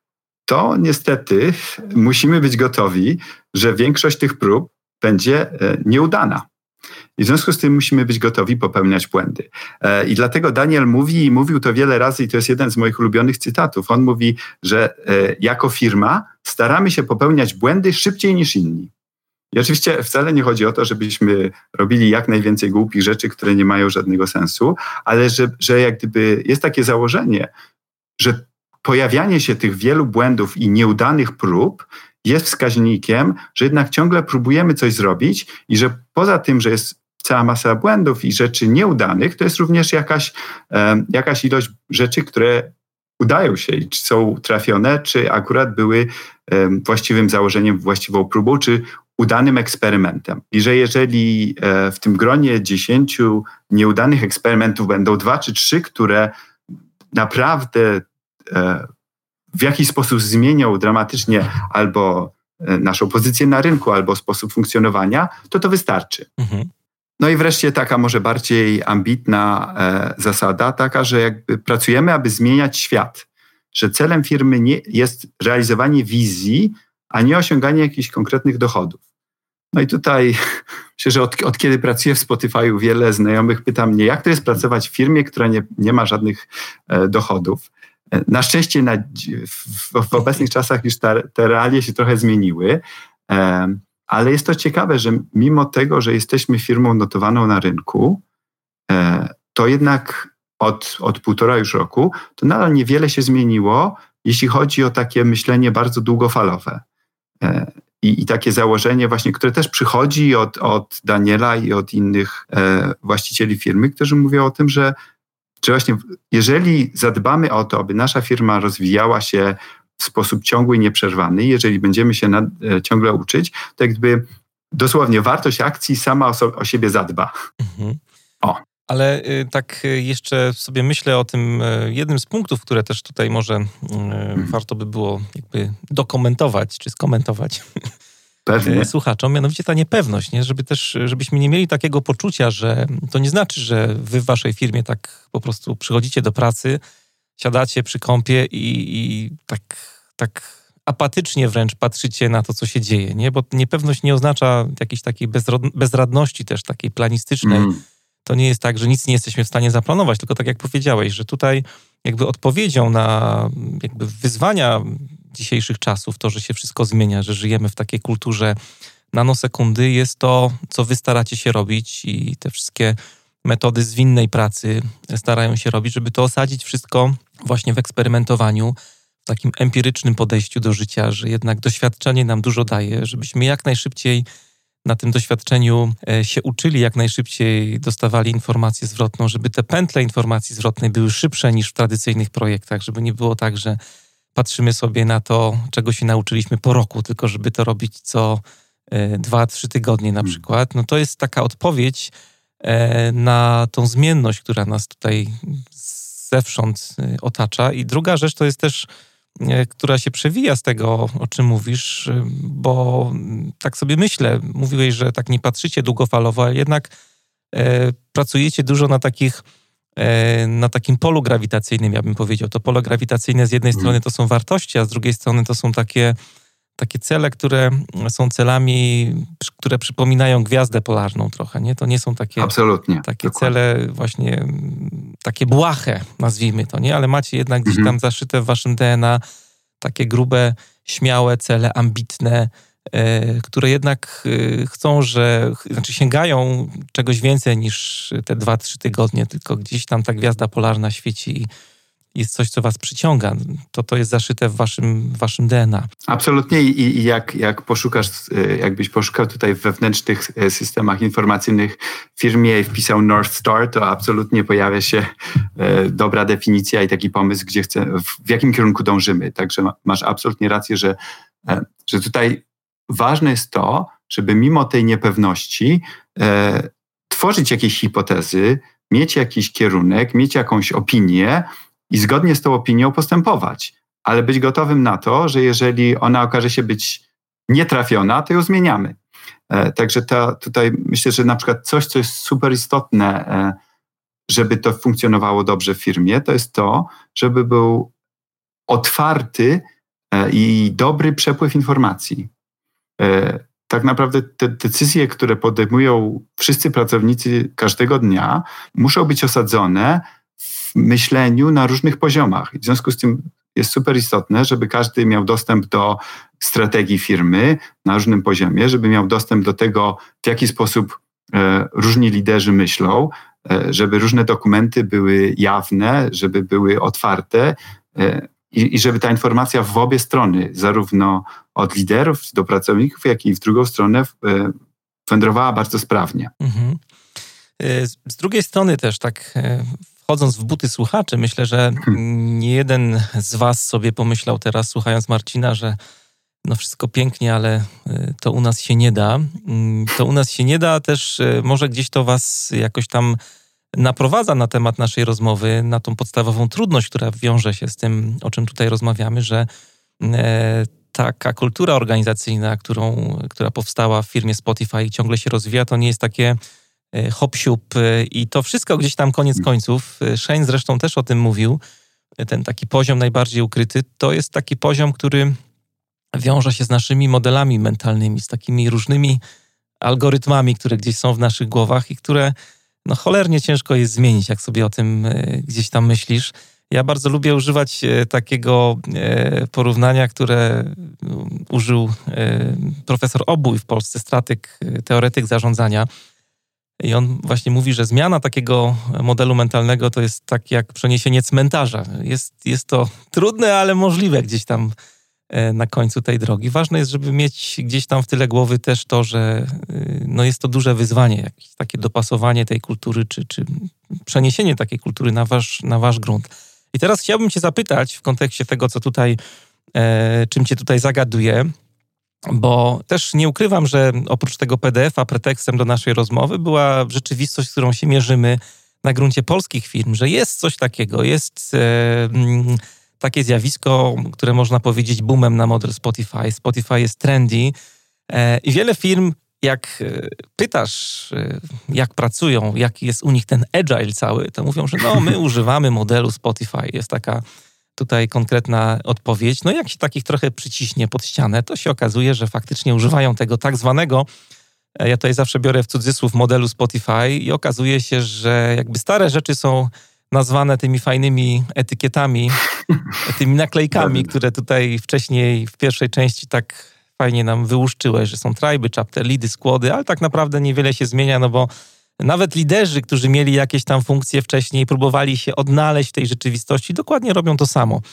Speaker 2: to niestety musimy być gotowi, że większość tych prób będzie nieudana. I w związku z tym musimy być gotowi popełniać błędy. I dlatego Daniel mówi, i mówił to wiele razy, i to jest jeden z moich ulubionych cytatów. On mówi, że jako firma staramy się popełniać błędy szybciej niż inni. I oczywiście wcale nie chodzi o to, żebyśmy robili jak najwięcej głupich rzeczy, które nie mają żadnego sensu, ale że, że jak gdyby jest takie założenie, że pojawianie się tych wielu błędów i nieudanych prób jest wskaźnikiem, że jednak ciągle próbujemy coś zrobić i że poza tym, że jest cała masa błędów i rzeczy nieudanych, to jest również jakaś, um, jakaś ilość rzeczy, które udają się i czy są trafione, czy akurat były właściwym założeniem, właściwą próbą, czy udanym eksperymentem. I że jeżeli w tym gronie dziesięciu nieudanych eksperymentów będą dwa czy trzy, które naprawdę w jakiś sposób zmienią dramatycznie albo naszą pozycję na rynku, albo sposób funkcjonowania, to to wystarczy. Mhm. No i wreszcie taka może bardziej ambitna e, zasada, taka, że jakby pracujemy, aby zmieniać świat. Że celem firmy nie jest realizowanie wizji, a nie osiąganie jakichś konkretnych dochodów. No i tutaj myślę, że od, od kiedy pracuję w Spotify'u, wiele znajomych pyta mnie, jak to jest pracować w firmie, która nie, nie ma żadnych e, dochodów. E, na szczęście na, w, w obecnych czasach już ta, te realia się trochę zmieniły, e, ale jest to ciekawe, że mimo tego, że jesteśmy firmą notowaną na rynku, e, to jednak od, od półtora już roku, to nadal niewiele się zmieniło, jeśli chodzi o takie myślenie bardzo długofalowe. E, I, I takie założenie właśnie, które też przychodzi od, od Daniela i od innych e, właścicieli firmy, którzy mówią o tym, że, że właśnie jeżeli zadbamy o to, aby nasza firma rozwijała się w sposób ciągły i nieprzerwany, jeżeli będziemy się nad, e, ciągle uczyć, to jakby dosłownie wartość akcji sama o, so, o siebie zadba. Mhm.
Speaker 1: O. Ale y, tak jeszcze sobie myślę o tym y, jednym z punktów, które też tutaj może y, mhm. warto by było jakby dokumentować, czy skomentować
Speaker 2: Pewnie.
Speaker 1: słuchaczom, mianowicie ta niepewność, nie? Żeby też, żebyśmy nie mieli takiego poczucia, że to nie znaczy, że wy w waszej firmie tak po prostu przychodzicie do pracy, siadacie przy kąpie i, i tak, tak apatycznie wręcz patrzycie na to, co się dzieje, nie? Bo niepewność nie oznacza jakiejś takiej bezradności też, takiej planistycznej. Mm. To nie jest tak, że nic nie jesteśmy w stanie zaplanować, tylko tak jak powiedziałeś, że tutaj jakby odpowiedzią na jakby wyzwania dzisiejszych czasów, to, że się wszystko zmienia, że żyjemy w takiej kulturze nanosekundy, jest to, co wy staracie się robić i te wszystkie metody zwinnej pracy starają się robić, żeby to osadzić wszystko właśnie w eksperymentowaniu, w takim empirycznym podejściu do życia, że jednak doświadczenie nam dużo daje, żebyśmy jak najszybciej na tym doświadczeniu się uczyli, jak najszybciej dostawali informację zwrotną, żeby te pętle informacji zwrotnej były szybsze niż w tradycyjnych projektach, żeby nie było tak, że patrzymy sobie na to, czego się nauczyliśmy po roku, tylko żeby to robić co dwa, trzy tygodnie na przykład. No to jest taka odpowiedź na tą zmienność, która nas tutaj zewsząd otacza. I druga rzecz to jest też, która się przewija z tego, o czym mówisz, bo tak sobie myślę, mówiłeś, że tak nie patrzycie długofalowo, ale jednak e, pracujecie dużo na takich, e, na takim polu grawitacyjnym, ja bym powiedział. To pole grawitacyjne z jednej strony to są wartości, a z drugiej strony to są takie, takie cele, które są celami, które przypominają gwiazdę polarną trochę, nie? To nie są takie,
Speaker 2: Absolutnie,
Speaker 1: takie cele właśnie takie błahe, nazwijmy to, nie? Ale macie jednak gdzieś tam zaszyte w waszym D N A takie grube, śmiałe cele, ambitne, e, które jednak e, chcą, że, znaczy sięgają czegoś więcej niż te dwa, trzy tygodnie, tylko gdzieś tam ta gwiazda polarna świeci i jest coś, co was przyciąga. To to jest zaszyte w waszym, w waszym D N A.
Speaker 2: Absolutnie i, i jak, jak poszukasz, jakbyś poszukał tutaj w wewnętrznych systemach informacyjnych w firmie i wpisał North Star, to absolutnie pojawia się e, dobra definicja i taki pomysł, gdzie chce, w, w jakim kierunku dążymy. Także masz absolutnie rację, że, e, że tutaj ważne jest to, żeby mimo tej niepewności e, tworzyć jakieś hipotezy, mieć jakiś kierunek, mieć jakąś opinię, i zgodnie z tą opinią postępować, ale być gotowym na to, że jeżeli ona okaże się być nietrafiona, to ją zmieniamy. E, także ta, tutaj myślę, że na przykład coś, co jest super istotne, e, żeby to funkcjonowało dobrze w firmie, to jest to, żeby był otwarty e, i dobry przepływ informacji. E, tak naprawdę te decyzje, które podejmują wszyscy pracownicy każdego dnia, muszą być osadzone w myśleniu na różnych poziomach. W związku z tym jest super istotne, żeby każdy miał dostęp do strategii firmy na różnym poziomie, żeby miał dostęp do tego, w jaki sposób e, różni liderzy myślą, e, żeby różne dokumenty były jawne, żeby były otwarte e, i, i żeby ta informacja w obie strony, zarówno od liderów do pracowników, jak i w drugą stronę e, wędrowała bardzo sprawnie. Mhm.
Speaker 1: Z drugiej strony też tak wchodząc w buty słuchaczy, myślę, że nie jeden z was sobie pomyślał teraz, słuchając Marcina, że no wszystko pięknie, ale to u nas się nie da. To u nas się nie da, też może gdzieś to was jakoś tam naprowadza na temat naszej rozmowy, na tą podstawową trudność, która wiąże się z tym, o czym tutaj rozmawiamy, że e, taka kultura organizacyjna, którą, która powstała w firmie Spotify i ciągle się rozwija, to nie jest takie e, hop-siup e, i to wszystko gdzieś tam koniec końców, Shane zresztą też o tym mówił, ten taki poziom najbardziej ukryty, to jest taki poziom, który wiąże się z naszymi modelami mentalnymi, z takimi różnymi algorytmami, które gdzieś są w naszych głowach i które no cholernie ciężko jest zmienić, jak sobie o tym gdzieś tam myślisz. Ja bardzo lubię używać takiego porównania, które użył profesor Obój w Polsce, stratyk, teoretyk zarządzania. I on właśnie mówi, że zmiana takiego modelu mentalnego to jest tak jak przeniesienie cmentarza. Jest, jest to trudne, ale możliwe gdzieś tam na końcu tej drogi. Ważne jest, żeby mieć gdzieś tam w tyle głowy też to, że no jest to duże wyzwanie, jakieś takie dopasowanie tej kultury, czy, czy przeniesienie takiej kultury na wasz, na wasz grunt. I teraz chciałbym cię zapytać w kontekście tego, co tutaj, e, czym cię tutaj zagaduję, bo też nie ukrywam, że oprócz tego P D F-a pretekstem do naszej rozmowy była rzeczywistość, z którą się mierzymy na gruncie polskich firm, że jest coś takiego, jest e, m, takie zjawisko, które można powiedzieć boomem na model Spotify. Spotify jest trendy e, i wiele firm, jak e, pytasz, e, jak pracują, jaki jest u nich ten agile cały, to mówią, że no my używamy modelu Spotify. Jest taka tutaj konkretna odpowiedź. No jak się takich trochę przyciśnie pod ścianę, to się okazuje, że faktycznie używają tego tak zwanego, ja tutaj zawsze biorę w cudzysłów, modelu Spotify i okazuje się, że jakby stare rzeczy są nazwane tymi fajnymi etykietami, tymi naklejkami, które tutaj wcześniej w pierwszej części tak fajnie nam wyłuszczyłeś, że są triby, chapter, leady, składy, ale tak naprawdę niewiele się zmienia, no bo nawet liderzy, którzy mieli jakieś tam funkcje wcześniej, próbowali się odnaleźć w tej rzeczywistości, dokładnie robią to samo.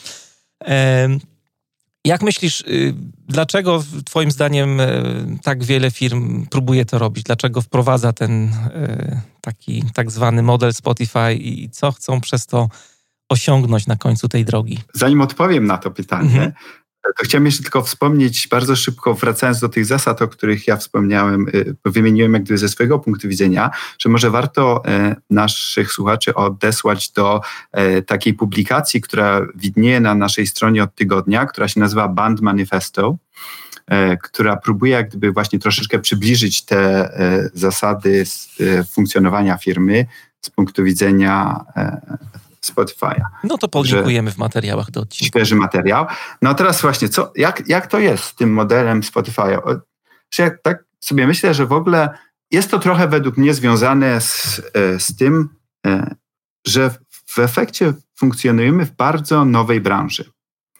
Speaker 1: Jak myślisz, dlaczego twoim zdaniem tak wiele firm próbuje to robić? Dlaczego wprowadza ten taki tak zwany model Spotify i co chcą przez to osiągnąć na końcu tej drogi?
Speaker 2: Zanim odpowiem na to pytanie, mhm. to chciałem jeszcze tylko wspomnieć bardzo szybko, wracając do tych zasad, o których ja wspomniałem, wymieniłem jak gdyby ze swojego punktu widzenia, że może warto naszych słuchaczy odesłać do takiej publikacji, która widnieje na naszej stronie od tygodnia, która się nazywa Band Manifesto, która próbuje jak gdyby właśnie troszeczkę przybliżyć te zasady funkcjonowania firmy z punktu widzenia Spotify'a.
Speaker 1: No to podlinkujemy w materiałach do odcinka.
Speaker 2: Świeży materiał. No teraz właśnie, co, jak, jak to jest z tym modelem Spotify'a? Ja tak sobie myślę, że w ogóle jest to trochę według mnie związane z, z tym, że w efekcie funkcjonujemy w bardzo nowej branży.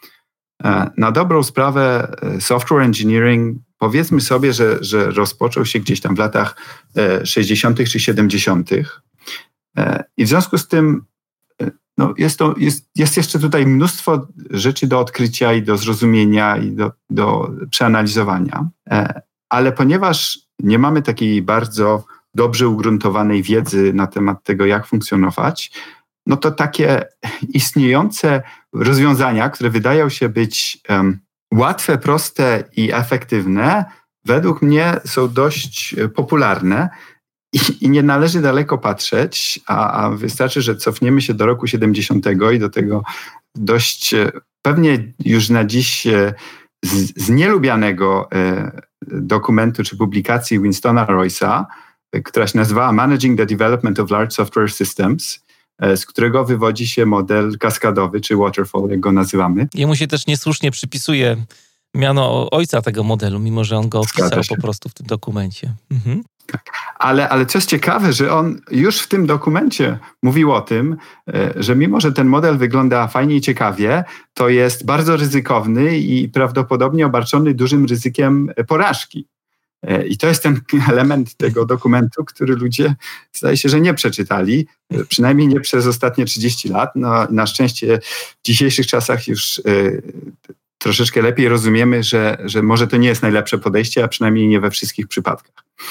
Speaker 2: Na dobrą sprawę software engineering, powiedzmy sobie, że, że rozpoczął się gdzieś tam w latach sześćdziesiątych czy siedemdziesiątych. I w związku z tym no jest, to, jest, jest jeszcze tutaj mnóstwo rzeczy do odkrycia i do zrozumienia i do, do przeanalizowania. Ale ponieważ nie mamy takiej bardzo dobrze ugruntowanej wiedzy na temat tego, jak funkcjonować, no to takie istniejące rozwiązania, które wydają się być um, łatwe, proste i efektywne, według mnie są dość popularne i, i nie należy daleko patrzeć, a, a wystarczy, że cofniemy się do roku siedemdziesiątego i do tego dość pewnie już na dziś z, z nielubianego e, dokumentu czy publikacji Winstona Royce'a, która się nazywała Managing the Development of Large Software Systems, z którego wywodzi się model kaskadowy, czy waterfall, jak go nazywamy.
Speaker 1: Jemu się też niesłusznie przypisuje miano ojca tego modelu, mimo że on go opisał po prostu w tym dokumencie. Mhm.
Speaker 2: Tak. Ale, ale co jest ciekawe, że on już w tym dokumencie mówił o tym, że mimo, że ten model wygląda fajnie i ciekawie, to jest bardzo ryzykowny i prawdopodobnie obarczony dużym ryzykiem porażki. I to jest ten element tego dokumentu, który ludzie zdaje się, że nie przeczytali, przynajmniej nie przez ostatnie trzydzieści lat. No, na szczęście w dzisiejszych czasach już y, troszeczkę lepiej rozumiemy, że, że może to nie jest najlepsze podejście, a przynajmniej nie we wszystkich przypadkach.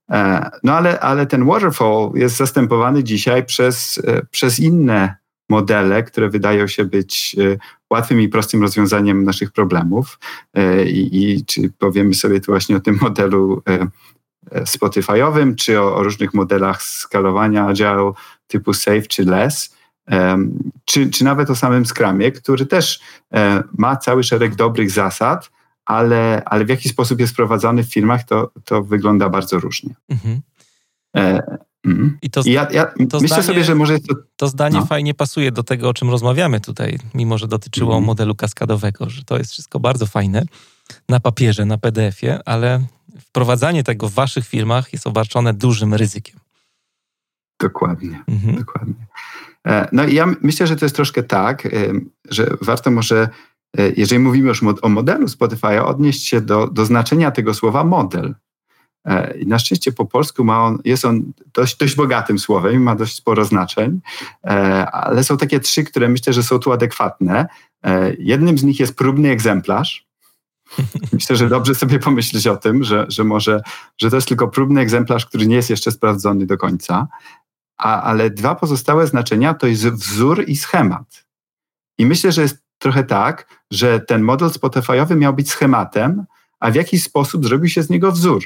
Speaker 2: No ale, ale ten waterfall jest zastępowany dzisiaj przez, przez inne modele, które wydają się być łatwym i prostym rozwiązaniem naszych problemów. I, i czy powiemy sobie tu właśnie o tym modelu Spotify'owym, czy o, o różnych modelach skalowania agile typu Safe czy Less, czy, czy nawet o samym Scrumie, który też ma cały szereg dobrych zasad, ale, ale w jaki sposób jest wprowadzany w firmach, to, to wygląda bardzo różnie. Mhm. E, mm.
Speaker 1: I to,
Speaker 2: I ja, ja
Speaker 1: to
Speaker 2: myślę
Speaker 1: zdanie,
Speaker 2: sobie, że może jest to...
Speaker 1: To zdanie
Speaker 2: no.
Speaker 1: fajnie pasuje do tego, o czym rozmawiamy tutaj, mimo że dotyczyło mhm. modelu kaskadowego, że to jest wszystko bardzo fajne na papierze, na P D F-ie, ale wprowadzanie tego w waszych firmach jest obarczone dużym ryzykiem.
Speaker 2: Dokładnie, mhm. dokładnie. E, no i ja myślę, że to jest troszkę tak, że warto może, jeżeli mówimy już o modelu Spotify'a, odnieść się do, do znaczenia tego słowa model. I na szczęście po polsku ma on, jest on dość, dość bogatym słowem i ma dość sporo znaczeń, ale są takie trzy, które myślę, że są tu adekwatne. Jednym z nich jest próbny egzemplarz. Myślę, że dobrze sobie pomyśleć o tym, że, że może, że to jest tylko próbny egzemplarz, który nie jest jeszcze sprawdzony do końca. A, ale dwa pozostałe znaczenia to jest wzór i schemat. I myślę, że jest trochę tak, że ten model Spotify'owy miał być schematem, a w jakiś sposób zrobił się z niego wzór.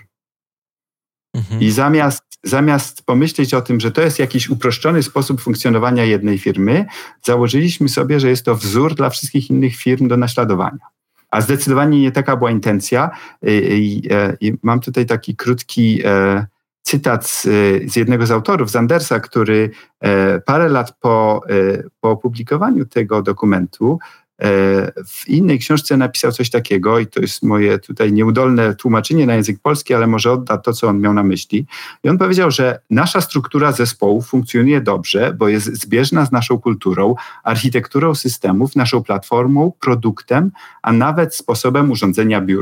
Speaker 2: Mhm. I zamiast, zamiast pomyśleć o tym, że to jest jakiś uproszczony sposób funkcjonowania jednej firmy, założyliśmy sobie, że jest to wzór dla wszystkich innych firm do naśladowania. A zdecydowanie nie taka była intencja. I, i, i mam tutaj taki krótki e, cytat z, z jednego z autorów, z Andersa, który e, parę lat po, e, po opublikowaniu tego dokumentu w innej książce napisał coś takiego i to jest moje tutaj nieudolne tłumaczenie na język polski, ale może odda to, co on miał na myśli. I on powiedział, że nasza struktura zespołu funkcjonuje dobrze, bo jest zbieżna z naszą kulturą, architekturą systemów, naszą platformą, produktem, a nawet sposobem urządzenia biur.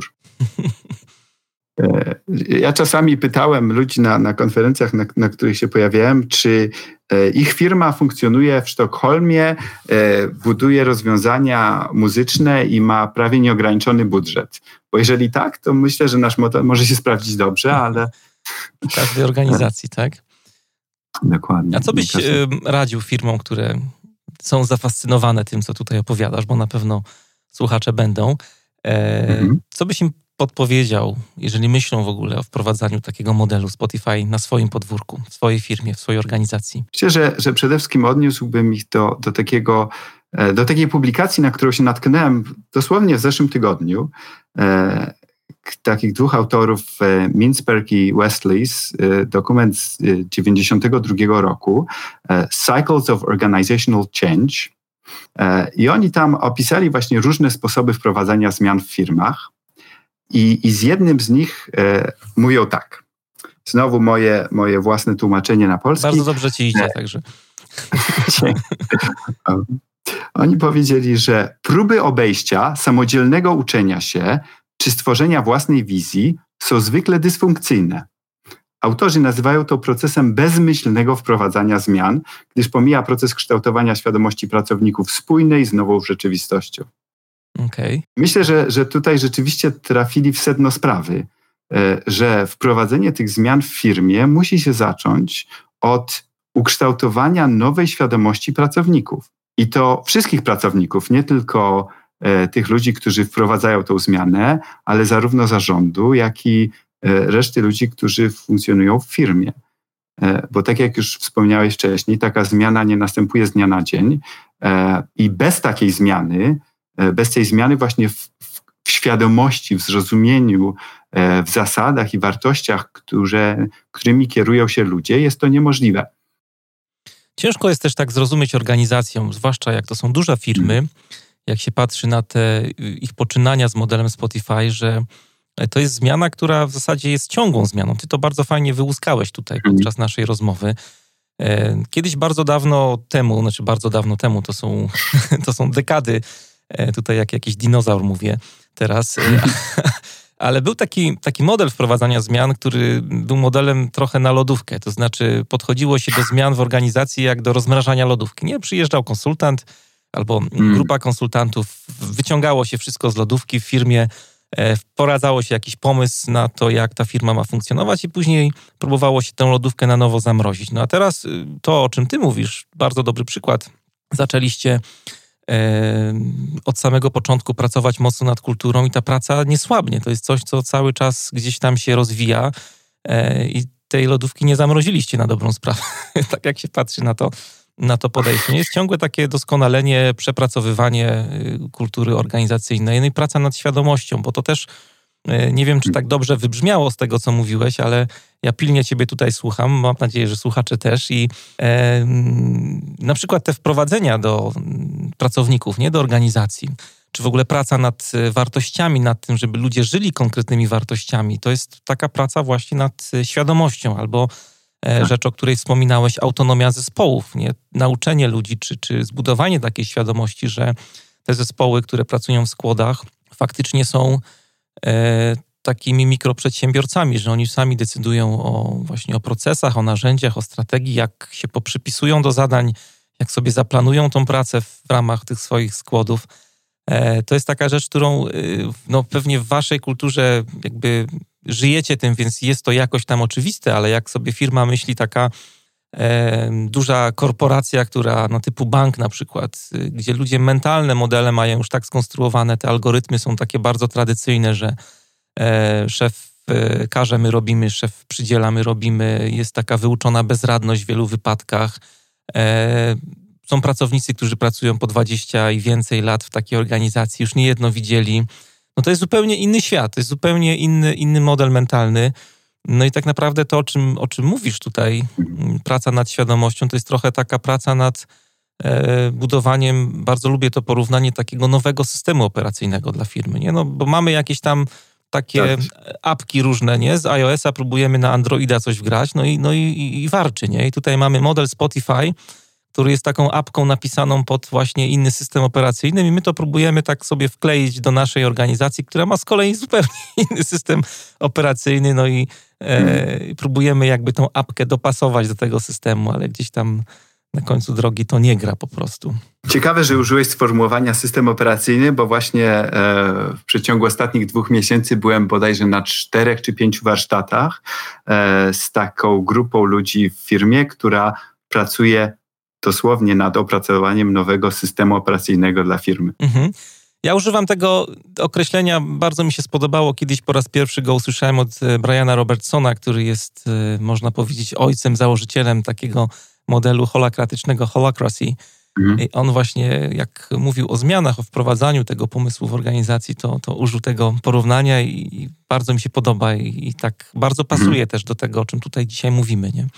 Speaker 2: Ja czasami pytałem ludzi na, na konferencjach, na, na których się pojawiałem, czy ich firma funkcjonuje w Sztokholmie, buduje rozwiązania muzyczne i ma prawie nieograniczony budżet. Bo jeżeli tak, to myślę, że nasz model może się sprawdzić dobrze, ale...
Speaker 1: W każdej organizacji, tak?
Speaker 2: Dokładnie.
Speaker 1: A co byś radził firmom, które są zafascynowane tym, co tutaj opowiadasz, bo na pewno słuchacze będą. Mhm. Co byś im podpowiedział, jeżeli myślą w ogóle o wprowadzaniu takiego modelu Spotify na swoim podwórku, w swojej firmie, w swojej organizacji?
Speaker 2: Myślę, że, że przede wszystkim odniósłbym ich do, do, takiego, do takiej publikacji, na którą się natknąłem dosłownie w zeszłym tygodniu. E, takich dwóch autorów, e, Mintzberg i Westleys, e, dokument z dziewięćdziesiątego drugiego roku, e, Cycles of Organizational Change. E, I oni tam opisali właśnie różne sposoby wprowadzania zmian w firmach. I, I z jednym z nich e, mówią tak. Znowu moje, moje własne tłumaczenie na polski.
Speaker 1: Bardzo dobrze ci idzie, także.
Speaker 2: Oni powiedzieli, że próby obejścia samodzielnego uczenia się czy stworzenia własnej wizji są zwykle dysfunkcyjne. Autorzy nazywają to procesem bezmyślnego wprowadzania zmian, gdyż pomija proces kształtowania świadomości pracowników spójnej z nową rzeczywistością.
Speaker 1: Okay.
Speaker 2: Myślę, że, że tutaj rzeczywiście trafili w sedno sprawy, że wprowadzenie tych zmian w firmie musi się zacząć od ukształtowania nowej świadomości pracowników. I to wszystkich pracowników, nie tylko tych ludzi, którzy wprowadzają tą zmianę, ale zarówno zarządu, jak i reszty ludzi, którzy funkcjonują w firmie. Bo tak jak już wspomniałeś wcześniej, taka zmiana nie następuje z dnia na dzień i bez takiej zmiany Bez tej zmiany właśnie w, w świadomości, w zrozumieniu, w zasadach i wartościach, które, którymi kierują się ludzie, jest to niemożliwe.
Speaker 1: Ciężko jest też tak zrozumieć organizacjom, zwłaszcza jak to są duże firmy, hmm. jak się patrzy na te ich poczynania z modelem Spotify, że to jest zmiana, która w zasadzie jest ciągłą zmianą. Ty to bardzo fajnie wyłuskałeś tutaj hmm. podczas naszej rozmowy. Kiedyś bardzo dawno temu, znaczy bardzo dawno temu, to są, to są dekady, tutaj jak jakiś dinozaur mówię teraz, ale był taki, taki model wprowadzania zmian, który był modelem trochę na lodówkę, to znaczy podchodziło się do zmian w organizacji jak do rozmrażania lodówki. Nie, przyjeżdżał konsultant albo grupa konsultantów, wyciągało się wszystko z lodówki w firmie, Wprowadzało się jakiś pomysł na to, jak ta firma ma funkcjonować i później próbowało się tę lodówkę na nowo zamrozić. No a teraz to, o czym ty mówisz, bardzo dobry przykład. Zaczęliście e, od samego początku pracować mocno nad kulturą i ta praca nie słabnie. To jest coś, co cały czas gdzieś tam się rozwija e, i tej lodówki nie zamroziliście na dobrą sprawę. Tak jak się patrzy na to, na to podejście. Jest ciągłe takie doskonalenie, przepracowywanie kultury organizacyjnej, no i praca nad świadomością, bo to też nie wiem, czy tak dobrze wybrzmiało z tego, co mówiłeś, ale ja pilnie ciebie tutaj słucham, mam nadzieję, że słuchacze też i e, na przykład te wprowadzenia do pracowników, nie do organizacji, czy w ogóle praca nad wartościami, nad tym, żeby ludzie żyli konkretnymi wartościami, to jest taka praca właśnie nad świadomością albo e, rzecz, o której wspominałeś, autonomia zespołów, nie? Nauczenie ludzi, czy, czy zbudowanie takiej świadomości, że te zespoły, które pracują w składach, faktycznie są e, takimi mikroprzedsiębiorcami, że oni sami decydują o właśnie o procesach, o narzędziach, o strategii, jak się poprzypisują do zadań, jak sobie zaplanują tą pracę w ramach tych swoich składów. To jest taka rzecz, którą no, pewnie w waszej kulturze jakby żyjecie tym, więc jest to jakoś tam oczywiste, ale jak sobie firma myśli, taka e, duża korporacja, która no, typu bank na przykład, gdzie ludzie mentalne modele mają już tak skonstruowane, te algorytmy są takie bardzo tradycyjne, że e, szef e, każe, my robimy, szef przydziela, my robimy, jest taka wyuczona bezradność w wielu wypadkach. E, Są pracownicy, którzy pracują po dwadzieścia i więcej lat w takiej organizacji, już niejedno widzieli. No to jest zupełnie inny świat, to jest zupełnie inny, inny model mentalny. No i tak naprawdę to, o czym, o czym mówisz tutaj, praca nad świadomością, to jest trochę taka praca nad e, budowaniem, bardzo lubię to porównanie, takiego nowego systemu operacyjnego dla firmy, nie? No bo mamy jakieś tam takie tak. apki różne, nie? Z iOS-a próbujemy na Androida coś wgrać, no i, no i, i warczy, nie? I tutaj mamy model Spotify, który jest taką apką napisaną pod właśnie inny system operacyjny i my to próbujemy tak sobie wkleić do naszej organizacji, która ma z kolei zupełnie inny system operacyjny, no i e, próbujemy jakby tą apkę dopasować do tego systemu, ale gdzieś tam na końcu drogi to nie gra po prostu.
Speaker 2: Ciekawe, że użyłeś sformułowania system operacyjny, bo właśnie e, w przeciągu ostatnich dwóch miesięcy byłem bodajże na czterech czy pięciu warsztatach e, z taką grupą ludzi w firmie, która pracuje dosłownie nad opracowaniem nowego systemu operacyjnego dla firmy.
Speaker 1: Mhm. Ja używam tego określenia, bardzo mi się spodobało, kiedyś po raz pierwszy go usłyszałem od Briana Robertsona, który jest, można powiedzieć, ojcem, założycielem takiego modelu holakratycznego Holacracy. Mhm. I on właśnie, jak mówił o zmianach, o wprowadzaniu tego pomysłu w organizacji, to, to użył tego porównania i bardzo mi się podoba i, i tak bardzo pasuje mhm. też do tego, o czym tutaj dzisiaj mówimy, nie?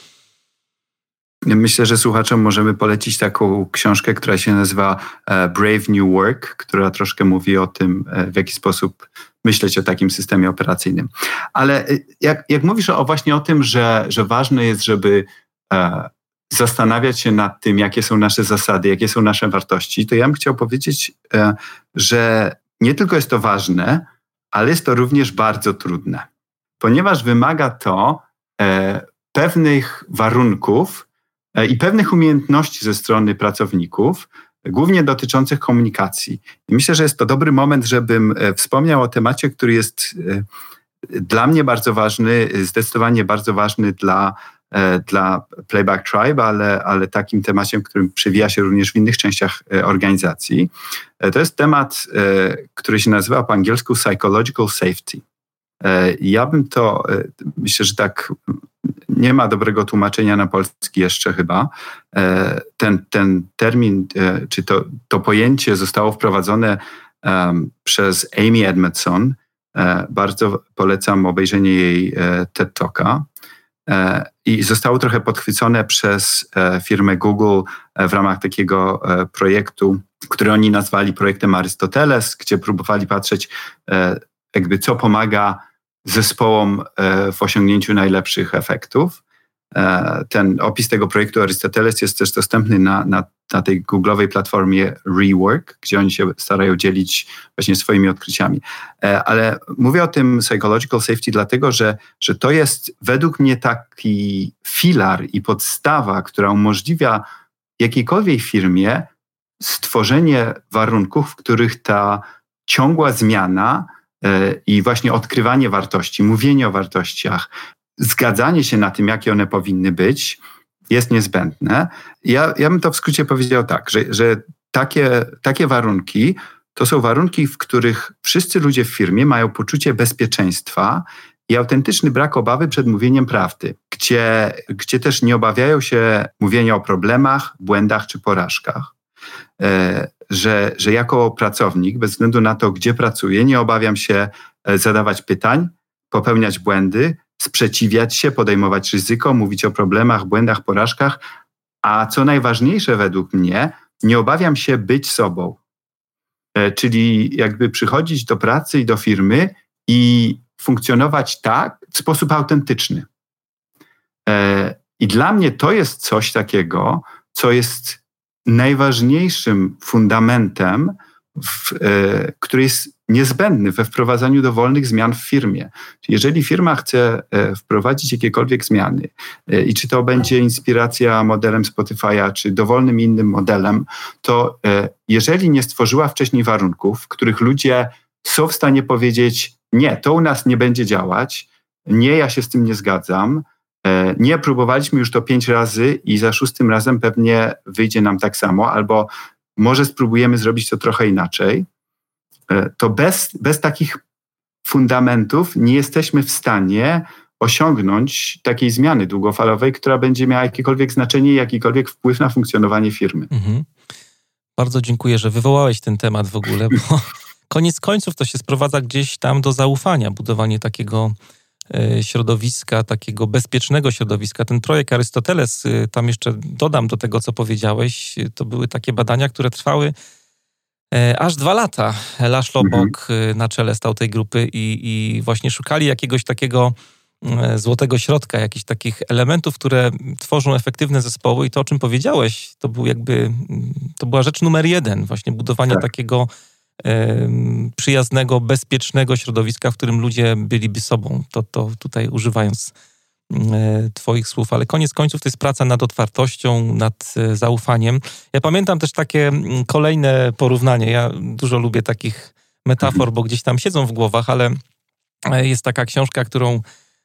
Speaker 2: Myślę, że słuchaczom możemy polecić taką książkę, która się nazywa Brave New Work, która troszkę mówi o tym, w jaki sposób myśleć o takim systemie operacyjnym. Ale jak, jak mówisz o właśnie o tym, że, że ważne jest, żeby e, zastanawiać się nad tym, jakie są nasze zasady, jakie są nasze wartości, to ja bym chciał powiedzieć, e, że nie tylko jest to ważne, ale jest to również bardzo trudne, ponieważ wymaga to e, pewnych warunków i pewnych umiejętności ze strony pracowników, głównie dotyczących komunikacji. I myślę, że jest to dobry moment, żebym wspomniał o temacie, który jest dla mnie bardzo ważny, zdecydowanie bardzo ważny dla, dla Playback Tribe, ale, ale takim tematem, którym przewija się również w innych częściach organizacji. To jest temat, który się nazywa po angielsku Psychological Safety. Ja bym to, myślę, że tak nie ma dobrego tłumaczenia na polski jeszcze chyba. Ten, ten termin, czy to, to pojęcie zostało wprowadzone um, przez Amy Edmondson. Bardzo polecam obejrzenie jej TED Talka. I zostało trochę podchwycone przez firmę Google w ramach takiego projektu, który oni nazwali projektem Arystoteles, gdzie próbowali patrzeć, jakby co pomaga zespołom w osiągnięciu najlepszych efektów. Ten opis tego projektu Arystoteles jest też dostępny na, na, na tej googlowej platformie Rework, gdzie oni się starają dzielić właśnie swoimi odkryciami. Ale mówię o tym psychological safety dlatego, że, że to jest według mnie taki filar i podstawa, która umożliwia jakiejkolwiek firmie stworzenie warunków, w których ta ciągła zmiana i właśnie odkrywanie wartości, mówienie o wartościach, zgadzanie się na tym, jakie one powinny być, jest niezbędne. Ja, ja bym to w skrócie powiedział tak, że, że takie, takie warunki to są warunki, w których wszyscy ludzie w firmie mają poczucie bezpieczeństwa i autentyczny brak obawy przed mówieniem prawdy, gdzie, gdzie też nie obawiają się mówienia o problemach, błędach czy porażkach. Że, że jako pracownik, bez względu na to, gdzie pracuję, nie obawiam się zadawać pytań, popełniać błędy, sprzeciwiać się, podejmować ryzyko, mówić o problemach, błędach, porażkach, a co najważniejsze według mnie, nie obawiam się być sobą. Czyli jakby przychodzić do pracy i do firmy i funkcjonować tak w sposób autentyczny. I dla mnie to jest coś takiego, co jest najważniejszym fundamentem, w, e, który jest niezbędny we wprowadzaniu dowolnych zmian w firmie. Jeżeli firma chce e, wprowadzić jakiekolwiek zmiany e, i czy to będzie inspiracja modelem Spotify'a, czy dowolnym innym modelem, to e, jeżeli nie stworzyła wcześniej warunków, w których ludzie są w stanie powiedzieć, nie, to u nas nie będzie działać, nie, ja się z tym nie zgadzam, nie, próbowaliśmy już to pięć razy i za szóstym razem pewnie wyjdzie nam tak samo, albo może spróbujemy zrobić to trochę inaczej, to bez, bez takich fundamentów nie jesteśmy w stanie osiągnąć takiej zmiany długofalowej, która będzie miała jakiekolwiek znaczenie i jakikolwiek wpływ na funkcjonowanie firmy.
Speaker 1: Mhm. Bardzo dziękuję, że wywołałeś ten temat w ogóle, bo koniec końców to się sprowadza gdzieś tam do zaufania, budowanie takiego środowiska, takiego bezpiecznego środowiska. Ten projekt Arystoteles, tam jeszcze dodam do tego, co powiedziałeś, to były takie badania, które trwały aż dwa lata. Laszlo Bock na czele stał tej grupy i, i właśnie szukali jakiegoś takiego złotego środka, jakichś takich elementów, które tworzą efektywne zespoły i to, o czym powiedziałeś, to był jakby, to była rzecz numer jeden, właśnie budowanie tak. takiego przyjaznego, bezpiecznego środowiska, w którym ludzie byliby sobą. To, to tutaj używając twoich słów, ale koniec końców to jest praca nad otwartością, nad zaufaniem. Ja pamiętam też takie kolejne porównanie. Ja dużo lubię takich metafor, bo gdzieś tam siedzą w głowach, ale jest taka książka, którą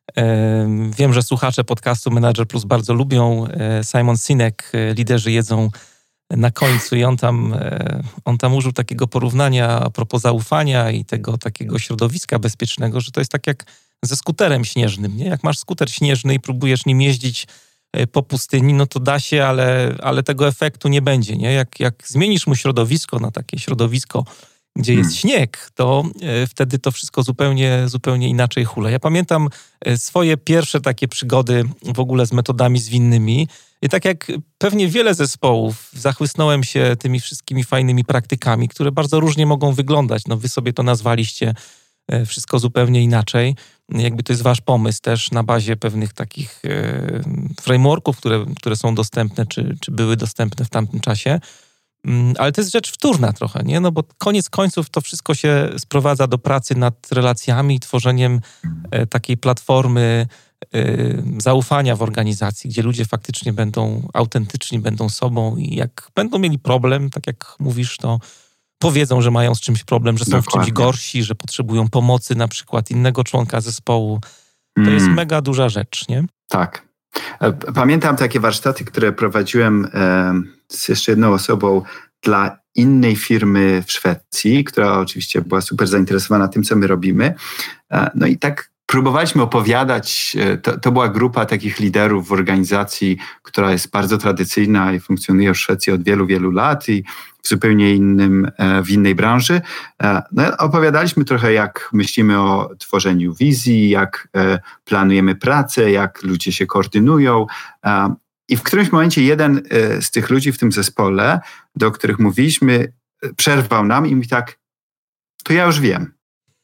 Speaker 1: wiem, że słuchacze podcastu Manager Plus bardzo lubią. Simon Sinek, Liderzy jedzą na końcu i on tam, on tam użył takiego porównania a propos zaufania i tego takiego środowiska bezpiecznego, że to jest tak jak ze skuterem śnieżnym, nie? Jak masz skuter śnieżny i próbujesz nim jeździć po pustyni, no to da się, ale, ale tego efektu nie będzie, nie? Jak, jak zmienisz mu środowisko na takie środowisko, gdzie jest śnieg, to wtedy to wszystko zupełnie, zupełnie inaczej hula. Ja pamiętam swoje pierwsze takie przygody w ogóle z metodami zwinnymi i tak jak pewnie wiele zespołów zachłysnąłem się tymi wszystkimi fajnymi praktykami, które bardzo różnie mogą wyglądać. No wy sobie to nazwaliście wszystko zupełnie inaczej. Jakby to jest wasz pomysł też na bazie pewnych takich frameworków, które, które są dostępne, czy, czy były dostępne w tamtym czasie. Ale to jest rzecz wtórna trochę, nie? No bo koniec końców to wszystko się sprowadza do pracy nad relacjami, tworzeniem takiej platformy zaufania w organizacji, gdzie ludzie faktycznie będą autentyczni, będą sobą i jak będą mieli problem, tak jak mówisz, to powiedzą, że mają z czymś problem, że są Dokładnie. w czymś gorsi, że potrzebują pomocy na przykład innego członka zespołu. To mm. jest mega duża rzecz, nie?
Speaker 2: Tak. Pamiętam takie warsztaty, które prowadziłem z jeszcze jedną osobą dla innej firmy w Szwecji, która oczywiście była super zainteresowana tym, co my robimy. No i tak próbowaliśmy opowiadać, to, to była grupa takich liderów w organizacji, która jest bardzo tradycyjna i funkcjonuje w Szwecji od wielu, wielu lat i w zupełnie innym, w innej branży. No, opowiadaliśmy trochę, jak myślimy o tworzeniu wizji, jak planujemy pracę, jak ludzie się koordynują. I w którymś momencie jeden z tych ludzi w tym zespole, do których mówiliśmy, przerwał nam i mówi tak, to ja już wiem.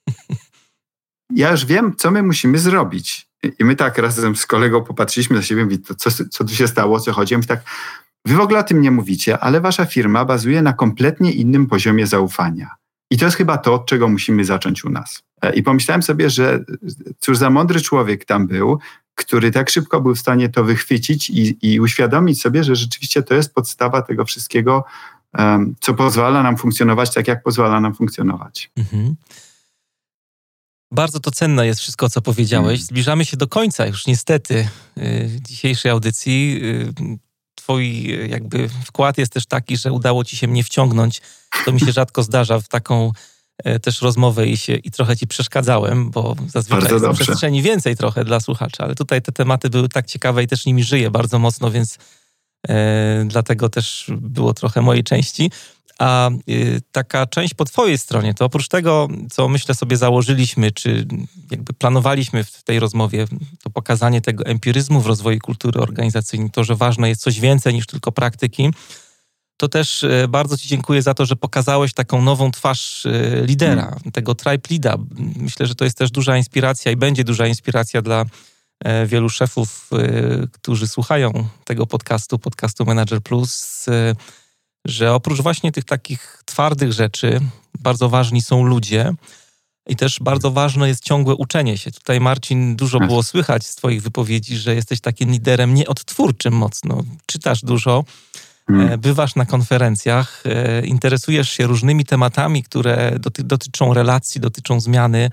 Speaker 2: Ja już wiem, co my musimy zrobić. I my tak razem z kolegą popatrzyliśmy na siebie i mówimy, co, co tu się stało, o co chodzi. I mówi tak, wy w ogóle o tym nie mówicie, ale wasza firma bazuje na kompletnie innym poziomie zaufania. I to jest chyba to, od czego musimy zacząć u nas. I pomyślałem sobie, że cóż za mądry człowiek tam był, który tak szybko był w stanie to wychwycić i, i uświadomić sobie, że rzeczywiście to jest podstawa tego wszystkiego, um, co pozwala nam funkcjonować tak, jak pozwala nam funkcjonować. Mhm.
Speaker 1: Bardzo to cenne jest wszystko, co powiedziałeś. Zbliżamy się do końca już niestety y, dzisiejszej audycji. Y, twój jakby wkład jest też taki, że udało ci się mnie wciągnąć. To mi się rzadko zdarza w taką y, też rozmowę i, się, i trochę ci przeszkadzałem, bo zazwyczaj
Speaker 2: bardzo
Speaker 1: jest
Speaker 2: dobrze.
Speaker 1: przestrzeni więcej trochę dla słuchacza, ale tutaj te tematy były tak ciekawe i też nimi żyję bardzo mocno, więc y, dlatego też było trochę mojej części. A y, taka część po twojej stronie, to oprócz tego, co myślę sobie założyliśmy, czy jakby planowaliśmy w tej rozmowie, to pokazanie tego empiryzmu w rozwoju kultury organizacyjnej, to, że ważne jest coś więcej niż tylko praktyki, to też y, bardzo ci dziękuję za to, że pokazałeś taką nową twarz y, lidera, hmm. tego tribe leada. Myślę, że to jest też duża inspiracja i będzie duża inspiracja dla y, wielu szefów, y, którzy słuchają tego podcastu, podcastu Manager Plus, y, że oprócz właśnie tych takich twardych rzeczy, bardzo ważni są ludzie i też bardzo ważne jest ciągłe uczenie się. Tutaj, Marcin, dużo było słychać z twoich wypowiedzi, że jesteś takim liderem nieodtwórczym mocno. Czytasz dużo, hmm. bywasz na konferencjach, interesujesz się różnymi tematami, które doty- dotyczą relacji, dotyczą zmiany.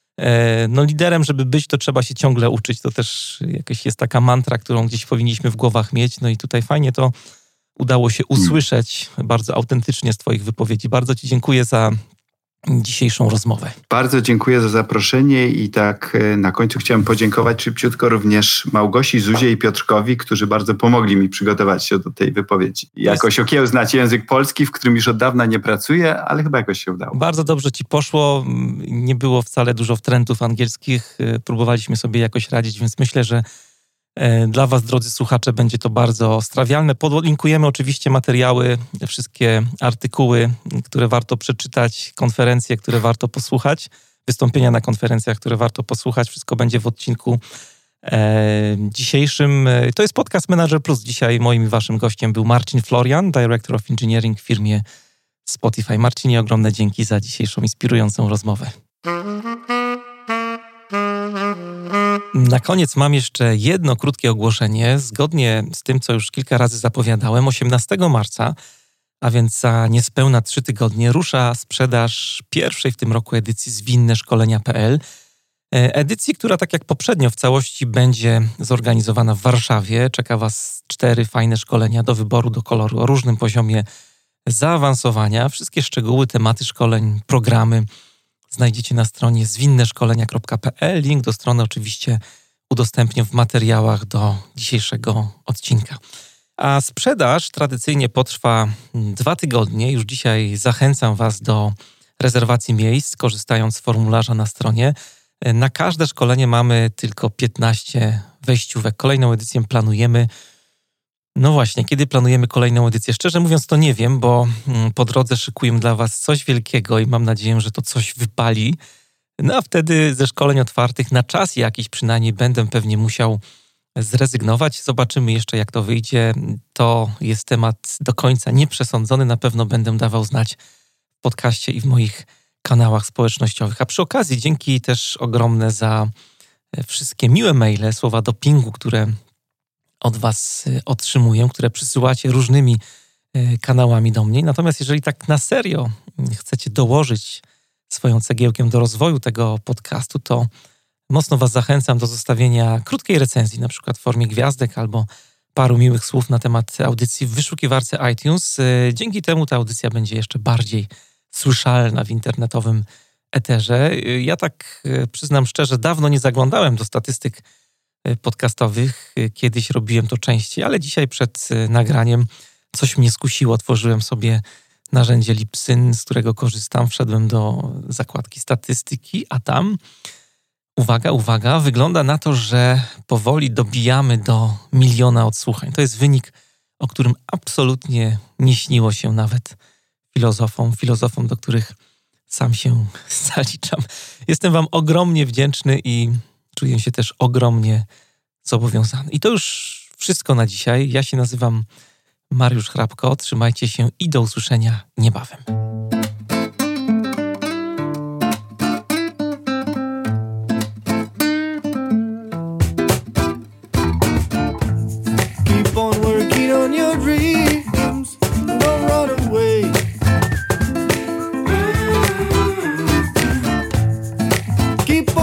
Speaker 1: No liderem, żeby być, to trzeba się ciągle uczyć. To też jakaś jest taka mantra, którą gdzieś powinniśmy w głowach mieć. No i tutaj fajnie to udało się usłyszeć bardzo autentycznie z twoich wypowiedzi. Bardzo ci dziękuję za dzisiejszą rozmowę.
Speaker 2: Bardzo dziękuję za zaproszenie i tak na końcu chciałem podziękować szybciutko również Małgosi, Zuzie i Piotrkowi, którzy bardzo pomogli mi przygotować się do tej wypowiedzi. Jakoś okiełznać język polski, w którym już od dawna nie pracuję, ale chyba jakoś się udało.
Speaker 1: Bardzo dobrze ci poszło. Nie było wcale dużo wtrętów angielskich. Próbowaliśmy sobie jakoś radzić, więc myślę, że dla was, drodzy słuchacze, będzie to bardzo strawialne. Podlinkujemy oczywiście materiały, wszystkie artykuły, które warto przeczytać, konferencje, które warto posłuchać, wystąpienia na konferencjach, które warto posłuchać. Wszystko będzie w odcinku e, dzisiejszym. To jest podcast Manager Plus. Dzisiaj moim i waszym gościem był Marcin Florian, Director of Engineering w firmie Spotify. Marcinie, ogromne dzięki za dzisiejszą inspirującą rozmowę. Na koniec mam jeszcze jedno krótkie ogłoszenie. Zgodnie z tym, co już kilka razy zapowiadałem, osiemnastego marca, a więc za niespełna trzy tygodnie, rusza sprzedaż pierwszej w tym roku edycji zwinne szkolenia kropka pe el. Edycji, która tak jak poprzednio w całości będzie zorganizowana w Warszawie. Czeka was cztery fajne szkolenia do wyboru, do koloru o różnym poziomie zaawansowania. Wszystkie szczegóły, tematy szkoleń, programy znajdziecie na stronie zwinne szkolenia kropka pe el. Link do strony oczywiście udostępnię w materiałach do dzisiejszego odcinka. A sprzedaż tradycyjnie potrwa dwa tygodnie. Już dzisiaj zachęcam was do rezerwacji miejsc, korzystając z formularza na stronie. Na każde szkolenie mamy tylko piętnaście wejściówek. Kolejną edycję planujemy. No właśnie, kiedy planujemy kolejną edycję? Szczerze mówiąc to nie wiem, bo po drodze szykuję dla was coś wielkiego i mam nadzieję, że to coś wypali. No a wtedy ze szkoleń otwartych na czas jakiś przynajmniej będę pewnie musiał zrezygnować. Zobaczymy jeszcze, jak to wyjdzie. To jest temat do końca nieprzesądzony. Na pewno będę dawał znać w podcaście i w moich kanałach społecznościowych. A przy okazji dzięki też ogromne za wszystkie miłe maile, słowa dopingu, które od was otrzymuję, które przysyłacie różnymi kanałami do mnie. Natomiast jeżeli tak na serio chcecie dołożyć swoją cegiełkę do rozwoju tego podcastu, to mocno was zachęcam do zostawienia krótkiej recenzji, na przykład w formie gwiazdek albo paru miłych słów na temat audycji w wyszukiwarce iTunes. Dzięki temu ta audycja będzie jeszcze bardziej słyszalna w internetowym eterze. Ja tak przyznam szczerze, dawno nie zaglądałem do statystyk podcastowych. Kiedyś robiłem to częściej, ale dzisiaj przed nagraniem coś mnie skusiło. Otworzyłem sobie narzędzie Libsyn, z którego korzystam. Wszedłem do zakładki statystyki, a tam, uwaga, uwaga, wygląda na to, że powoli dobijamy do miliona odsłuchań. To jest wynik, o którym absolutnie nie śniło się nawet filozofom, filozofom, do których sam się zaliczam. Jestem wam ogromnie wdzięczny i czuję się też ogromnie zobowiązany. I to już wszystko na dzisiaj. Ja się nazywam Mariusz Hrabko. Trzymajcie się i do usłyszenia niebawem.
Speaker 3: Keep on working on your dreams. Don't run away. Keep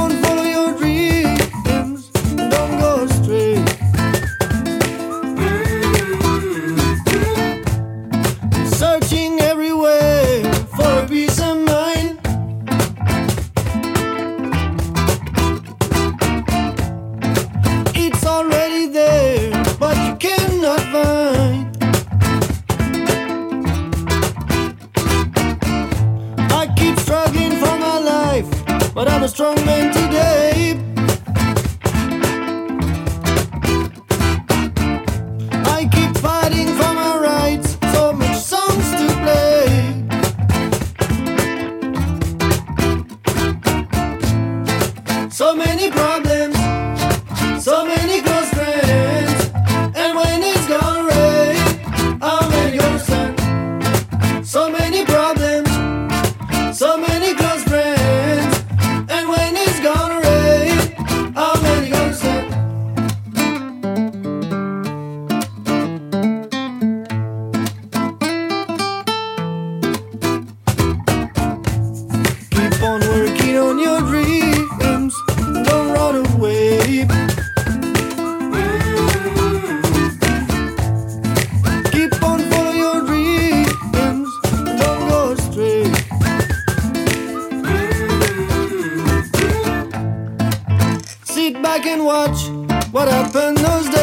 Speaker 3: when those days